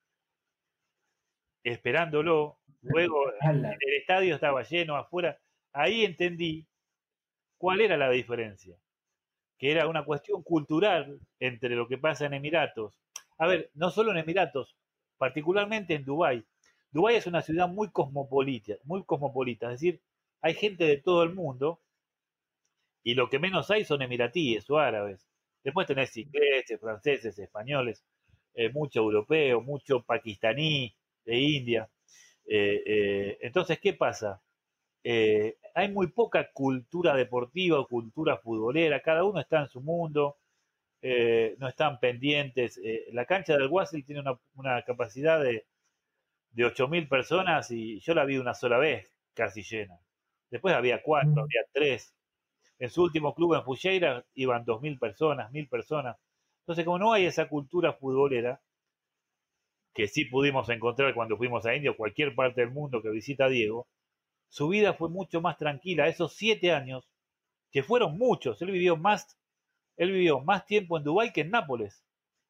esperándolo. Luego el estadio estaba lleno afuera. Ahí entendí cuál era la diferencia, que era una cuestión cultural entre lo que pasa en Emiratos. A ver, no solo en Emiratos, particularmente en Dubái. Dubái es una ciudad muy cosmopolita, es decir, hay gente de todo el mundo y lo que menos hay son emiratíes o árabes. Después tenés ingleses, franceses, españoles, mucho europeo, mucho pakistaní, de India. Entonces, ¿qué pasa? Hay muy poca cultura deportiva o cultura futbolera, cada uno está en su mundo, no están pendientes. La cancha del Wasl tiene una capacidad de 8.000 personas y yo la vi una sola vez casi llena. Después había 4, había 3. En su último club en Fujairah iban 2.000 personas, 1.000 personas. Entonces, como no hay esa cultura futbolera, que sí pudimos encontrar cuando fuimos a India o cualquier parte del mundo que visita a Diego, su vida fue mucho más tranquila. Esos 7 años, que fueron muchos, él vivió más tiempo en Dubái que en Nápoles.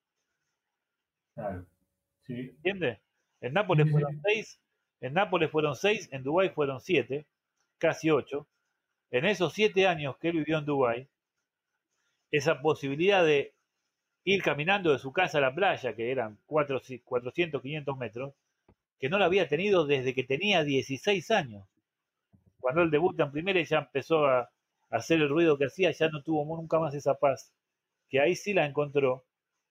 Claro, sí. ¿Entiendes? En Nápoles fueron 6, en Dubái fueron 7, casi 8. En esos 7 años que él vivió en Dubái, esa posibilidad de ir caminando de su casa a la playa, que eran 400, 500 metros, que no la había tenido desde que tenía 16 años. Cuando él debuta en primera y ya empezó a hacer el ruido que hacía, ya no tuvo nunca más esa paz, que ahí sí la encontró.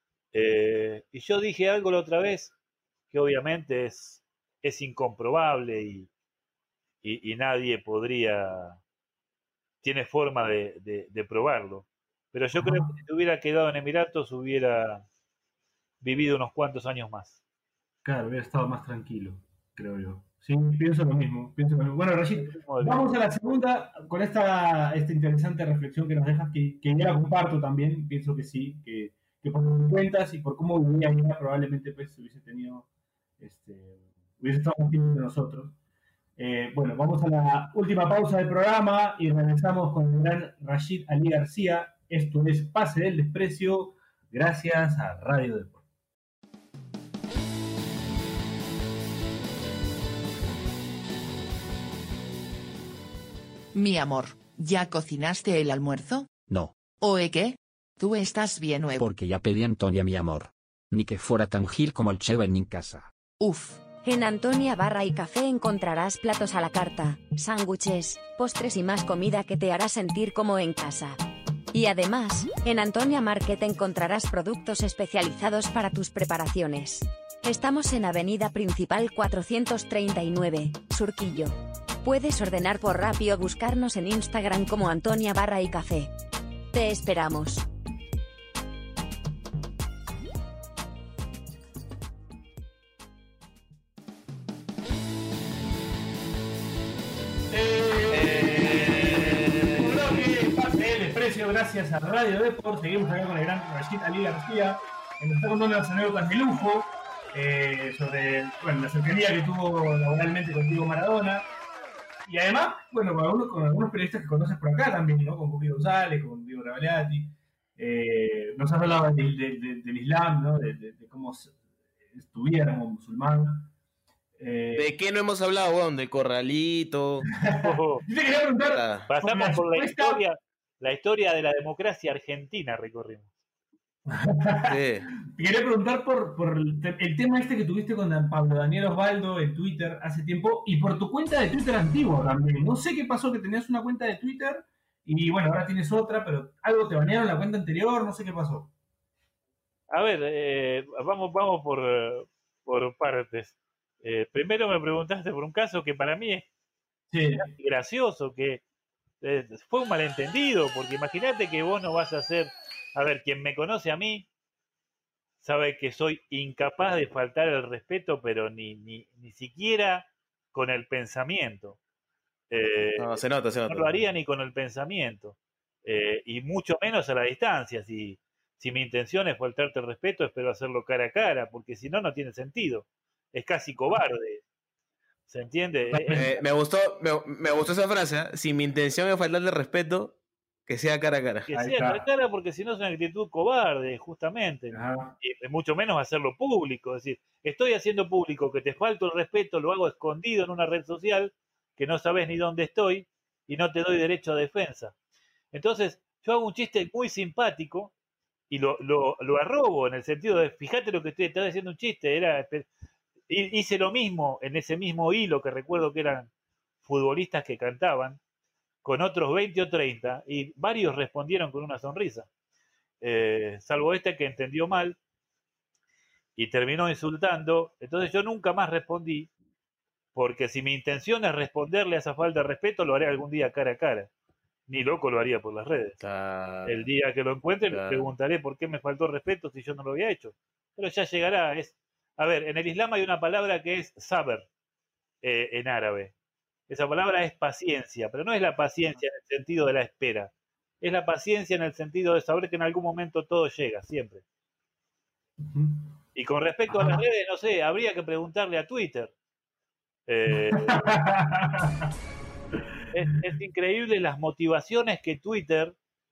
Y yo dije algo la otra vez, que obviamente es incomprobable y nadie tiene forma de probarlo. Pero yo creo que si se hubiera quedado en Emiratos hubiera vivido unos cuantos años más. Claro, hubiera estado más tranquilo, creo yo. Sí, pienso lo mismo. Bueno, Rashid, vamos a la segunda con esta interesante reflexión que nos dejas, que yo la comparto también. Pienso que sí, que por lo que cuentas y por cómo vivía ella, probablemente pues hubiese estado más tiempo que nosotros. Bueno, vamos a la última pausa del programa y regresamos con el gran Rashid Ali García. Esto es Pase del Desprecio, gracias a Radio Deport. Mi amor, ¿ya cocinaste el almuerzo? No. ¿Oe qué? Tú estás bien nuevo. Porque ya pedí a Antonia, mi amor. Ni que fuera tan gil como el Cheva en casa. Uf. En Antonia Barra y Café encontrarás platos a la carta, sándwiches, postres y más comida que te hará sentir como en casa. Y además, en Antonia Market encontrarás productos especializados para tus preparaciones. Estamos en Avenida Principal 439, Surquillo. Puedes ordenar por Rappi o buscarnos en Instagram como Antonia Barra y Café. Te esperamos. Gracias a Radio Deport, seguimos acá con el gran Rashid Ali García, que nos está contando las anécdotas de lujo sobre la cercanía que tuvo laboralmente con Diego Maradona. Y además, bueno, con algunos periodistas que conoces por acá también, ¿no? Con Cupido González, con Diego Ravaliati. Nos has hablado del Islam, ¿no? De cómo estuviera como musulmán. ¿De qué no hemos hablado, weón? De Corralito. Yo te quería preguntar. Pasamos por la historia de la democracia argentina, recorrimos. Te quería preguntar por el tema este que tuviste con Pablo Daniel Osvaldo en Twitter hace tiempo y por tu cuenta de Twitter antigua también. No sé qué pasó, que tenías una cuenta de Twitter y bueno, ahora tienes otra, pero algo te banearon la cuenta anterior, no sé qué pasó. A ver, vamos por partes. Primero me preguntaste por un caso que para mí es gracioso, que fue un malentendido, porque imagínate que vos no vas a hacer... A ver, quien me conoce a mí sabe que soy incapaz de faltar el respeto, pero ni siquiera con el pensamiento. No, se nota. No lo haría ni con el pensamiento. Y mucho menos a la distancia. Si mi intención es faltarte el respeto, espero hacerlo cara a cara, porque si no, no tiene sentido. Es casi cobarde. ¿Se entiende? Me gustó esa frase. Si mi intención es faltarle el respeto, que sea cara a cara. Que sea cara a cara, porque si no es una actitud cobarde, justamente. Y mucho menos hacerlo público. Es decir, estoy haciendo público que te falto el respeto, lo hago escondido en una red social, que no sabes ni dónde estoy, y no te doy derecho a defensa. Entonces, yo hago un chiste muy simpático, y lo arrobo en el sentido de, fíjate lo que estoy haciendo un chiste. Hice lo mismo en ese mismo hilo, que recuerdo que eran futbolistas que cantaban, con otros 20 o 30, y varios respondieron con una sonrisa, salvo este que entendió mal y terminó insultando. Entonces yo nunca más respondí, porque si mi intención es responderle a esa falta de respeto, lo haré algún día cara a cara. Ni loco lo haría por las redes. El día que lo encuentre le preguntaré por qué me faltó respeto si yo no lo había hecho. Pero ya llegará. A ver, en el Islam hay una palabra que es sabr, en árabe. Esa palabra es paciencia, pero no es la paciencia en el sentido de la espera. Es la paciencia en el sentido de saber que en algún momento todo llega, siempre. Y con respecto a las redes, no sé, habría que preguntarle a Twitter. Es increíble las motivaciones que Twitter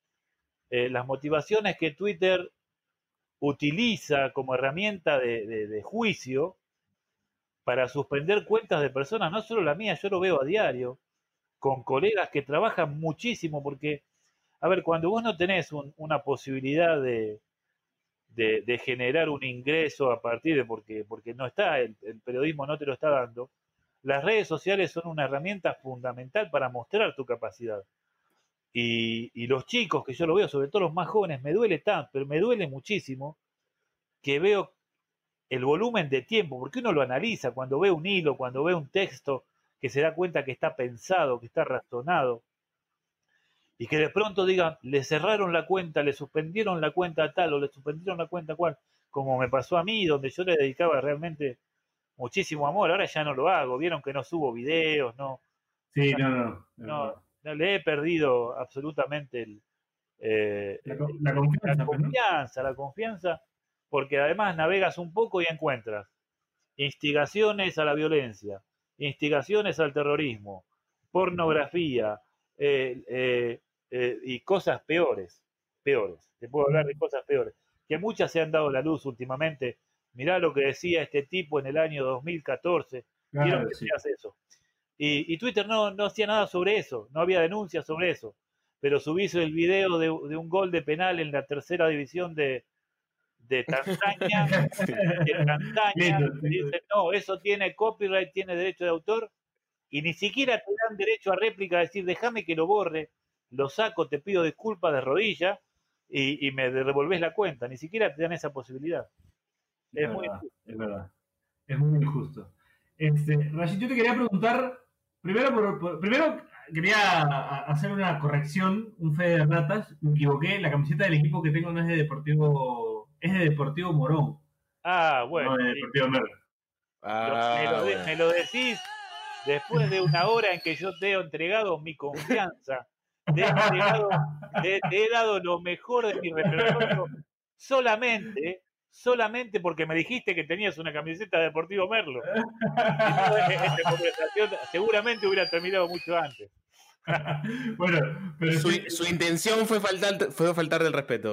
utiliza como herramienta de juicio para suspender cuentas de personas, no solo la mía, yo lo veo a diario, con colegas que trabajan muchísimo, porque, a ver, cuando vos no tenés una posibilidad de generar un ingreso a partir de, porque no está, el periodismo no te lo está dando, las redes sociales son una herramienta fundamental para mostrar tu capacidad. Y los chicos, que yo lo veo, sobre todo los más jóvenes, me duele tanto, pero me duele muchísimo, que veo el volumen de tiempo, porque uno lo analiza cuando ve un hilo, cuando ve un texto, que se da cuenta que está pensado, que está razonado, y que de pronto digan, le cerraron la cuenta, le suspendieron la cuenta tal, o le suspendieron la cuenta cual, como me pasó a mí, donde yo le dedicaba realmente muchísimo amor. Ahora ya no lo hago, vieron que no subo videos, no. Sí, no, le he perdido absolutamente la confianza, porque además navegas un poco y encuentras instigaciones a la violencia, instigaciones al terrorismo, pornografía, y cosas peores. Te puedo hablar de cosas peores, que muchas se han dado a la luz últimamente. Mirá lo que decía este tipo en el año 2014, vieron que se hace eso. Y Twitter no hacía nada sobre eso, no había denuncias sobre eso, pero subís el video de un gol de penal en la tercera división de Tanzania, y dicen, no, eso tiene copyright, tiene derecho de autor, y ni siquiera te dan derecho a réplica, a decir, déjame que lo borre, lo saco, te pido disculpas de rodillas, y me devolvés la cuenta. Ni siquiera te dan esa posibilidad. Es muy injusto. Es verdad. Es muy injusto. Rashid, yo te quería preguntar, primero quería hacer una corrección, un fe de ratas. Me equivoqué, la camiseta del equipo que tengo no es de Deportivo, es de Deportivo Morón. Ah, bueno. No de Deportivo Merlo. Me lo decís después de una hora en que yo te he entregado mi confianza. Te he dado lo mejor de mi repertorio solamente solamente porque me dijiste que tenías una camiseta de Deportivo Merlo. Si no, esta conversación seguramente hubiera terminado mucho antes. Bueno, pero su intención fue faltar del respeto.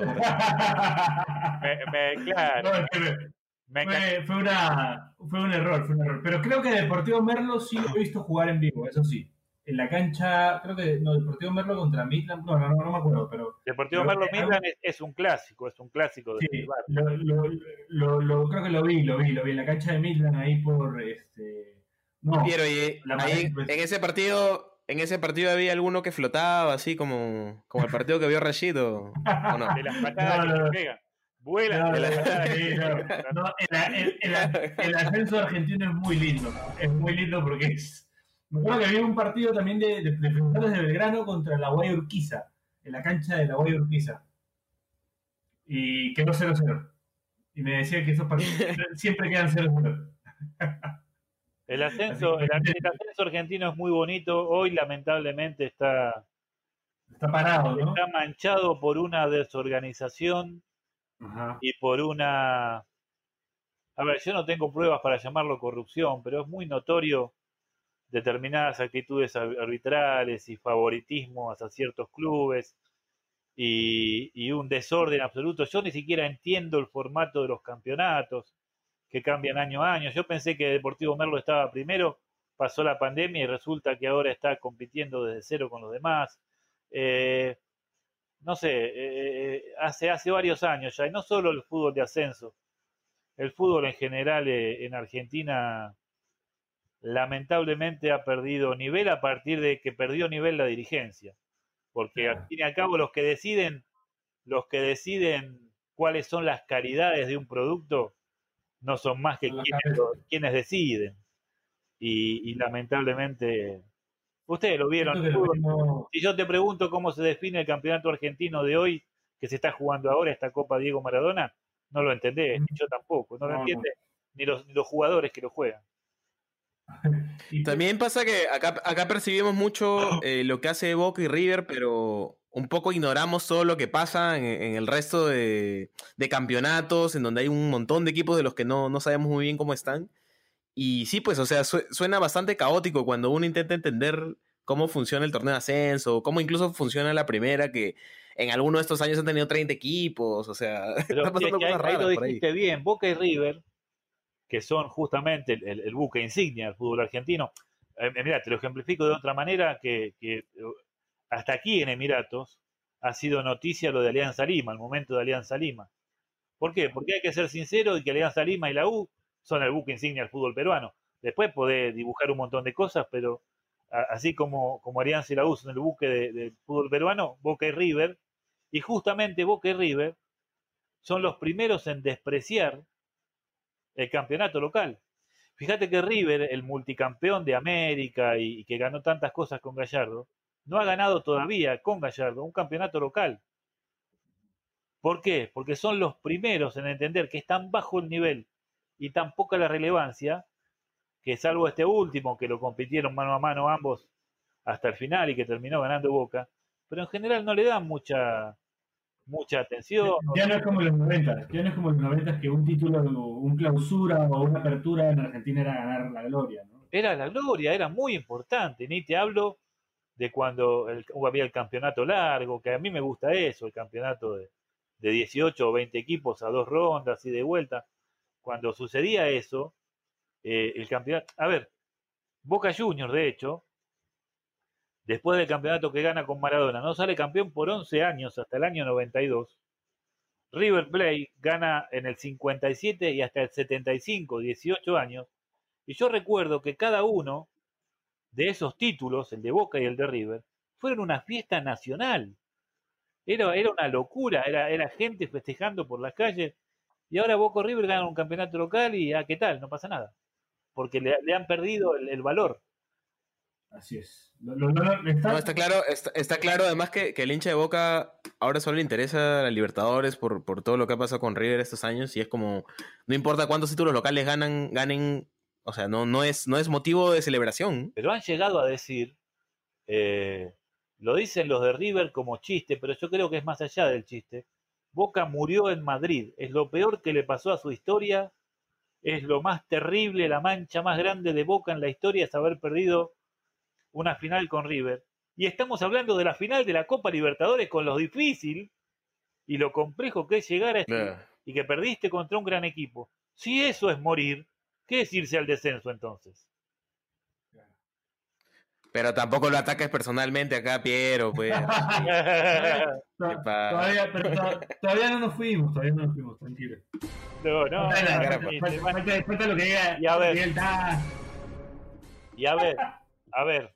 Claro. Fue un error. Pero creo que Deportivo Merlo sí lo he visto jugar en vivo, eso sí. En la cancha, creo que Deportivo Merlo contra Midland, no me acuerdo, pero... Deportivo Merlo Midland es un clásico de sí, creo que lo vi en la cancha de Midland ahí por no. Pero ahí, en ese partido había alguno que flotaba así como el partido que vio Rashid ¿o no? De las patadas que pegan. Vuelan. El ascenso argentino es muy lindo porque me acuerdo que había un partido también de Defensores de Belgrano contra la Guay Urquiza, en la cancha de la Guay Urquiza, y quedó 0-0 y me decía que esos partidos siempre quedan 0-0. El ascenso argentino es muy bonito. Hoy lamentablemente está parado, ¿no? Está manchado por una desorganización. Ajá. Y por una... A ver, yo no tengo pruebas para llamarlo corrupción, pero es muy notorio determinadas actitudes arbitrales y favoritismo hacia ciertos clubes y un desorden absoluto. Yo ni siquiera entiendo el formato de los campeonatos que cambian año a año. Yo pensé que Deportivo Merlo estaba primero, pasó la pandemia y resulta que ahora está compitiendo desde cero con los demás. No sé, hace varios años ya, y no solo el fútbol de ascenso, el fútbol en general en Argentina lamentablemente ha perdido nivel a partir de que perdió nivel la dirigencia, porque al fin y al cabo los que deciden cuáles son las calidades de un producto no son más que quienes deciden, y lamentablemente... Ustedes lo vieron. Si yo te pregunto cómo se define el campeonato argentino de hoy, que se está jugando ahora, esta Copa Diego Maradona, no lo entendés, ni yo tampoco. No lo entienden ni los jugadores que lo juegan. También pasa que acá percibimos mucho lo que hace Boca y River, pero un poco ignoramos todo lo que pasa en el resto de campeonatos, en donde hay un montón de equipos de los que no sabemos muy bien cómo están. Y sí, pues, o sea, suena bastante caótico cuando uno intenta entender cómo funciona el torneo de ascenso, cómo incluso funciona la primera, que en alguno de estos años han tenido 30 equipos, o sea, pero está pasando cosas raras. Ahí lo dijiste bien, Boca y River, que son justamente el buque insignia del fútbol argentino. Mirá, te lo ejemplifico de otra manera, que hasta aquí en Emiratos ha sido noticia lo de Alianza Lima, el momento de Alianza Lima. ¿Por qué? Porque hay que ser sincero y que Alianza Lima y la U son el buque insignia del fútbol peruano. Después podés dibujar un montón de cosas, pero así como Alianza y la U son el buque del fútbol peruano, Boca y River, y justamente Boca y River son los primeros en despreciar el campeonato local. Fíjate que River, el multicampeón de América y que ganó tantas cosas con Gallardo, no ha ganado todavía con Gallardo un campeonato local. ¿Por qué? Porque son los primeros en entender que es tan bajo el nivel y tan poca la relevancia, que salvo este último, que lo compitieron mano a mano ambos hasta el final y que terminó ganando Boca, pero en general no le dan mucha atención. Ya no es como los 90, que un título, un clausura o una apertura en Argentina era ganar la gloria, ¿no? Era la gloria, era muy importante, ni te hablo de cuando había el campeonato largo, que a mí me gusta eso, el campeonato de 18 o 20 equipos a 2 rondas y de vuelta. Cuando sucedía eso, el campeonato... A ver, Boca Juniors, de hecho, después del campeonato que gana con Maradona, no sale campeón por 11 años, hasta el año 92. River Plate gana en el 57 y hasta el 75, 18 años. Y yo recuerdo que cada uno de esos títulos, el de Boca y el de River, fueron una fiesta nacional. Era una locura, era gente festejando por las calles. Y ahora Boca y River ganan un campeonato local y ¿qué tal? No pasa nada. Porque le han perdido el valor. Así es. Está claro además que el hincha de Boca ahora solo le interesa a la Libertadores por todo lo que ha pasado con River estos años, y es como, no importa cuántos títulos locales ganen, o sea, no es motivo de celebración. Pero han llegado a decir, lo dicen los de River como chiste, pero yo creo que es más allá del chiste, Boca murió en Madrid. Es lo peor que le pasó a su historia. Es lo más terrible, la mancha más grande de Boca en la historia es haber perdido una final con River. Y estamos hablando de la final de la Copa Libertadores con lo difícil y lo complejo que es llegar a este, y que perdiste contra un gran equipo. Si eso es morir, ¿qué es irse al descenso entonces? Pero tampoco lo ataques personalmente acá, Piero, pues. Todavía no nos fuimos, tranquilo. No. Falta lo que diga. Y a ver,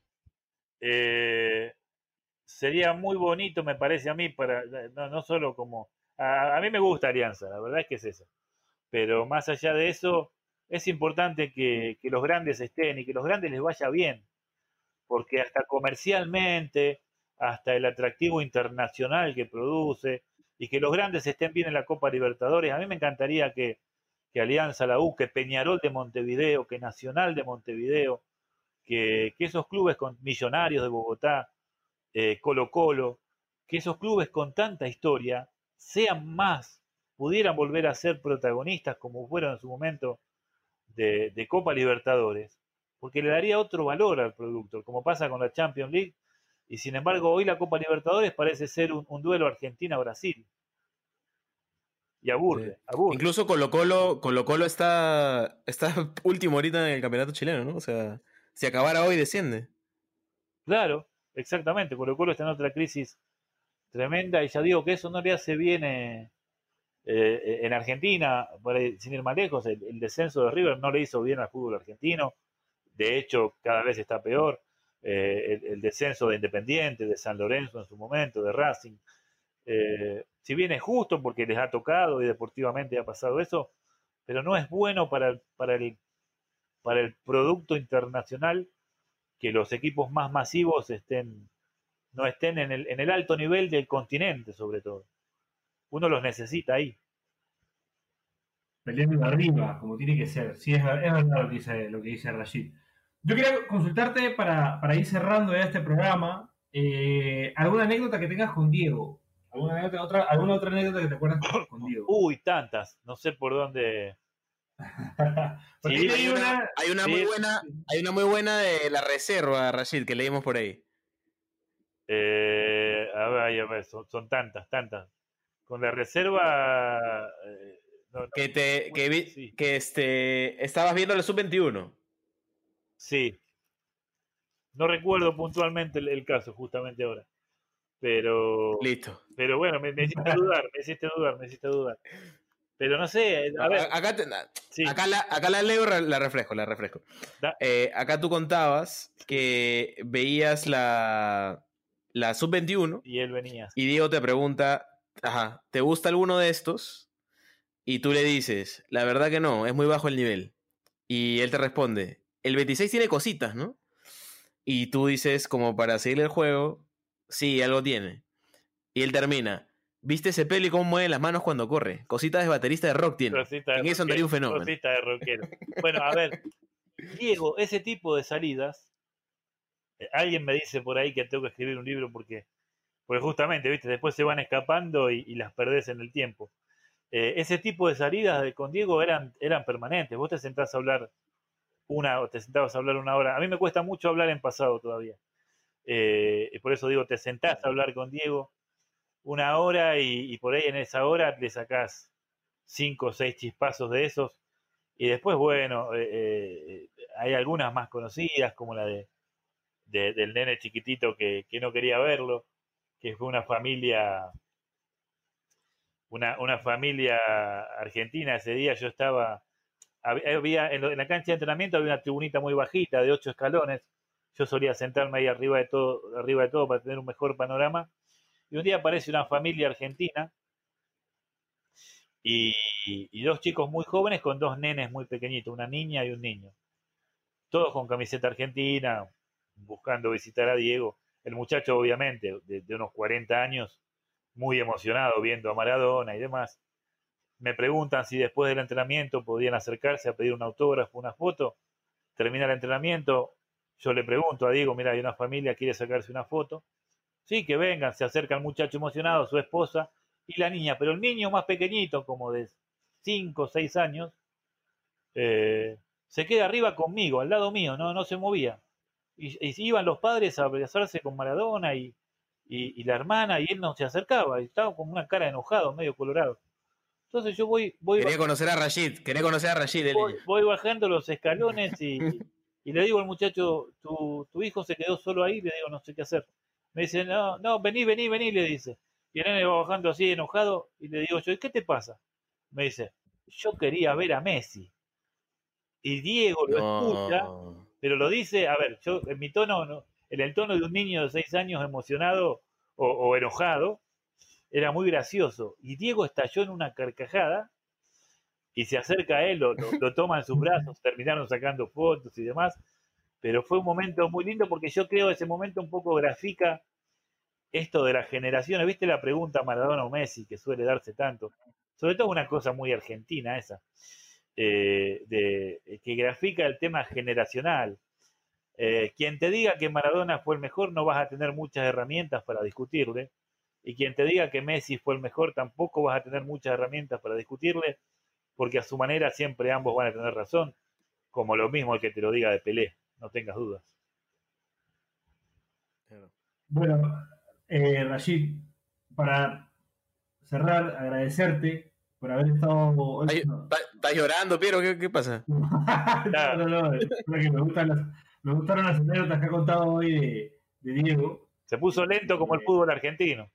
sería muy bonito, me parece a mí, para no solo como... A mí me gusta Alianza, la verdad es que es eso. Pero más allá de eso, es importante que los grandes estén y que los grandes les vaya bien. Porque hasta comercialmente, hasta el atractivo internacional que produce, y que los grandes estén bien en la Copa Libertadores, a mí me encantaría que Alianza, la U, que Peñarol de Montevideo, que Nacional de Montevideo, que esos clubes con Millonarios de Bogotá, Colo-Colo, que esos clubes con tanta historia sean más, pudieran volver a ser protagonistas como fueron en su momento de Copa Libertadores, porque le daría otro valor al producto, como pasa con la Champions League, y sin embargo hoy la Copa Libertadores parece ser un duelo Argentina-Brasil. Y aburre. Incluso Colo-Colo está último ahorita en el campeonato chileno, ¿no? O sea, si acabara hoy desciende. Claro, exactamente. Colo-Colo está en otra crisis tremenda, y ya digo que eso no le hace bien en Argentina, sin ir más lejos. El descenso de River no le hizo bien al fútbol argentino. De hecho, cada vez está peor. El descenso de Independiente, de San Lorenzo en su momento, de Racing. Si bien es justo porque les ha tocado y deportivamente ha pasado eso, pero no es bueno para el producto internacional que los equipos más masivos no estén en el alto nivel del continente, sobre todo. Uno los necesita ahí. Peleando arriba, como tiene que ser. Sí, es verdad lo que dice Rashid. Yo quería consultarte para ir cerrando ya este programa, alguna anécdota que tengas con Diego. ¿Alguna otra anécdota que te acuerdas con Diego? Uy, tantas. No sé por dónde. Sí, hay una muy buena de la reserva, Rashid, que leímos por ahí. A ver, son tantas. Con la reserva. Estabas viendo la sub-21. Sí. No recuerdo puntualmente el caso, justamente ahora. Pero. Listo. Pero bueno, me hiciste dudar. Pero no sé, a ver. Acá la leo, la refresco. Acá tú contabas que veías la sub-21. Y él venía. Y Diego te pregunta, ¿te gusta alguno de estos? Y tú le dices, la verdad que no, es muy bajo el nivel. Y él te responde, el 26 tiene cositas, ¿no? Y tú dices, como para seguirle el juego, sí, algo tiene. Y él termina, ¿viste ese pelo y cómo mueve las manos cuando corre? Cositas de baterista de rock tiene. En eso andaría un fenómeno. Cosita de rockero. Bueno, a ver, Diego, ese tipo de salidas, alguien me dice por ahí que tengo que escribir un libro porque justamente, ¿viste? Después se van escapando y las perdés en el tiempo. Ese tipo de salidas con Diego eran permanentes. Vos te sentás a hablar te sentabas a hablar una hora. A mí me cuesta mucho hablar en pasado todavía. Por eso digo, te sentás a hablar con Diego una hora y por ahí en esa hora le sacás 5 o 6 chispazos de esos. Y después, bueno, hay algunas más conocidas, como la del nene chiquitito que no quería verlo, que fue una familia argentina. Ese día yo estaba, en la cancha de entrenamiento había una tribunita muy bajita de 8 escalones. Yo solía sentarme ahí arriba de todo para tener un mejor panorama. Y un día aparece una familia argentina y 2 chicos muy jóvenes con 2 nenes muy pequeñitos, una niña y un niño. Todos con camiseta argentina, buscando visitar a Diego. El muchacho, obviamente, de unos 40 años, muy emocionado viendo a Maradona y demás. Me preguntan si después del entrenamiento podían acercarse a pedir un autógrafo, una foto. Termina el entrenamiento, yo le pregunto a Diego, mira, hay una familia, quiere sacarse una foto. Sí, que vengan, se acerca el muchacho emocionado, su esposa, y la niña, pero el niño más pequeñito, como de 5 o 6 años, se queda arriba conmigo, al lado mío, no se movía. Y iban los padres a abrazarse con Maradona y la hermana, y él no se acercaba, y estaba con una cara enojado, medio colorado. Entonces yo voy quería conocer a Rashid. Voy bajando los escalones y le digo al muchacho, tu hijo se quedó solo ahí, le digo, no sé qué hacer. Me dice, no, vení, le dice. Y el nene va bajando así enojado y le digo yo, ¿qué te pasa? Me dice, yo quería ver a Messi. Y Diego lo escucha, pero lo dice, a ver, yo en mi tono, en el tono de un niño de 6 años emocionado o enojado, era muy gracioso. Y Diego estalló en una carcajada y se acerca a él, lo toma en sus brazos, terminaron sacando fotos y demás. Pero fue un momento muy lindo porque yo creo que ese momento un poco grafica esto de las generaciones. ¿Viste la pregunta Maradona o Messi que suele darse tanto? Sobre todo una cosa muy argentina esa, que grafica el tema generacional. Quien te diga que Maradona fue el mejor no vas a tener muchas herramientas para discutirle, y quien te diga que Messi fue el mejor tampoco vas a tener muchas herramientas para discutirle, porque a su manera siempre ambos van a tener razón, como lo mismo el que te lo diga de Pelé, no tengas dudas. Bueno, Rashid, para cerrar, agradecerte por haber estado hoy. ¿Estás llorando, Piero? ¿Qué pasa? No, es que me gustaron las anécdotas que ha contado hoy de Diego. Se puso lento como el fútbol argentino.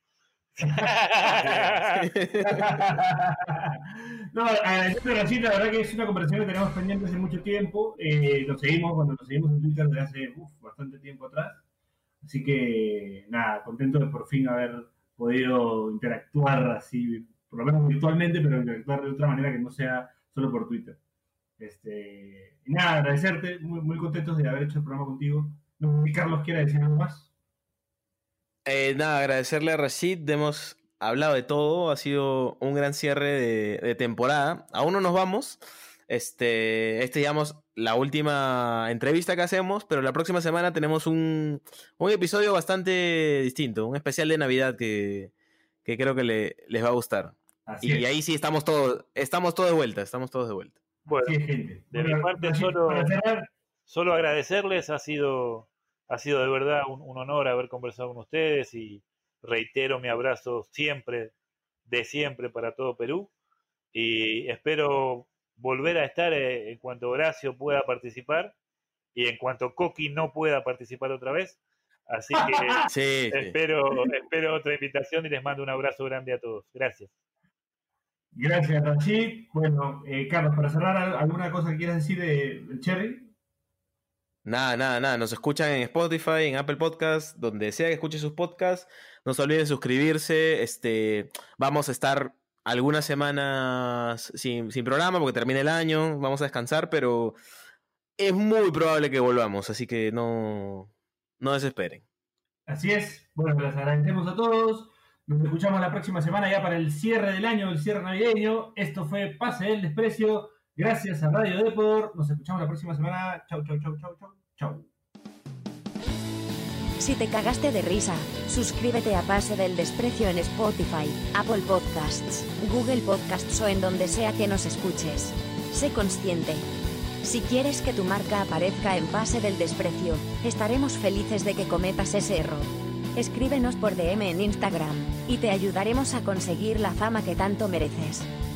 No, agradecerte, Rashid, la verdad que es una conversación que tenemos pendiente hace mucho tiempo. Nos seguimos en Twitter desde hace bastante tiempo atrás. Así que, nada, contento de por fin haber podido interactuar así, por lo menos virtualmente, pero interactuar de otra manera que no sea solo por Twitter. Y nada, agradecerte, muy contentos de haber hecho el programa contigo. No sé si Carlos quiere decir algo más. Nada, agradecerle a Rashid, hemos hablado de todo, ha sido un gran cierre de temporada. Aún no nos vamos, digamos, la última entrevista que hacemos, pero la próxima semana tenemos un episodio bastante distinto, un especial de Navidad que creo que les va a gustar. Así y es. Ahí sí estamos todos de vuelta, Bueno, así es, gente. De mi parte solo agradecerles, ha sido de verdad un honor haber conversado con ustedes y reitero mi abrazo de siempre para todo Perú y espero volver a estar en cuanto Horacio pueda participar y en cuanto Coqui no pueda participar otra vez. Así que sí. Espero otra invitación y les mando un abrazo grande a todos. Gracias. Gracias, Rashid. Bueno, Carlos, para cerrar, ¿alguna cosa que quieras decir del Cherry? Nada. Nos escuchan en Spotify, en Apple Podcasts, donde sea que escuchen sus podcasts. No se olviden de suscribirse. Vamos a estar algunas semanas sin programa porque termina el año. Vamos a descansar, pero es muy probable que volvamos. Así que no desesperen. Así es. Bueno, les agradecemos a todos. Nos escuchamos la próxima semana ya para el cierre del año, el cierre navideño. Esto fue Pase del Desprecio. Gracias a Radio Depor. Nos escuchamos la próxima semana. Chau. Si te cagaste de risa, suscríbete a Pase del Desprecio en Spotify, Apple Podcasts, Google Podcasts o en donde sea que nos escuches. Sé consciente. Si quieres que tu marca aparezca en Pase del Desprecio, estaremos felices de que cometas ese error. Escríbenos por DM en Instagram, y te ayudaremos a conseguir la fama que tanto mereces.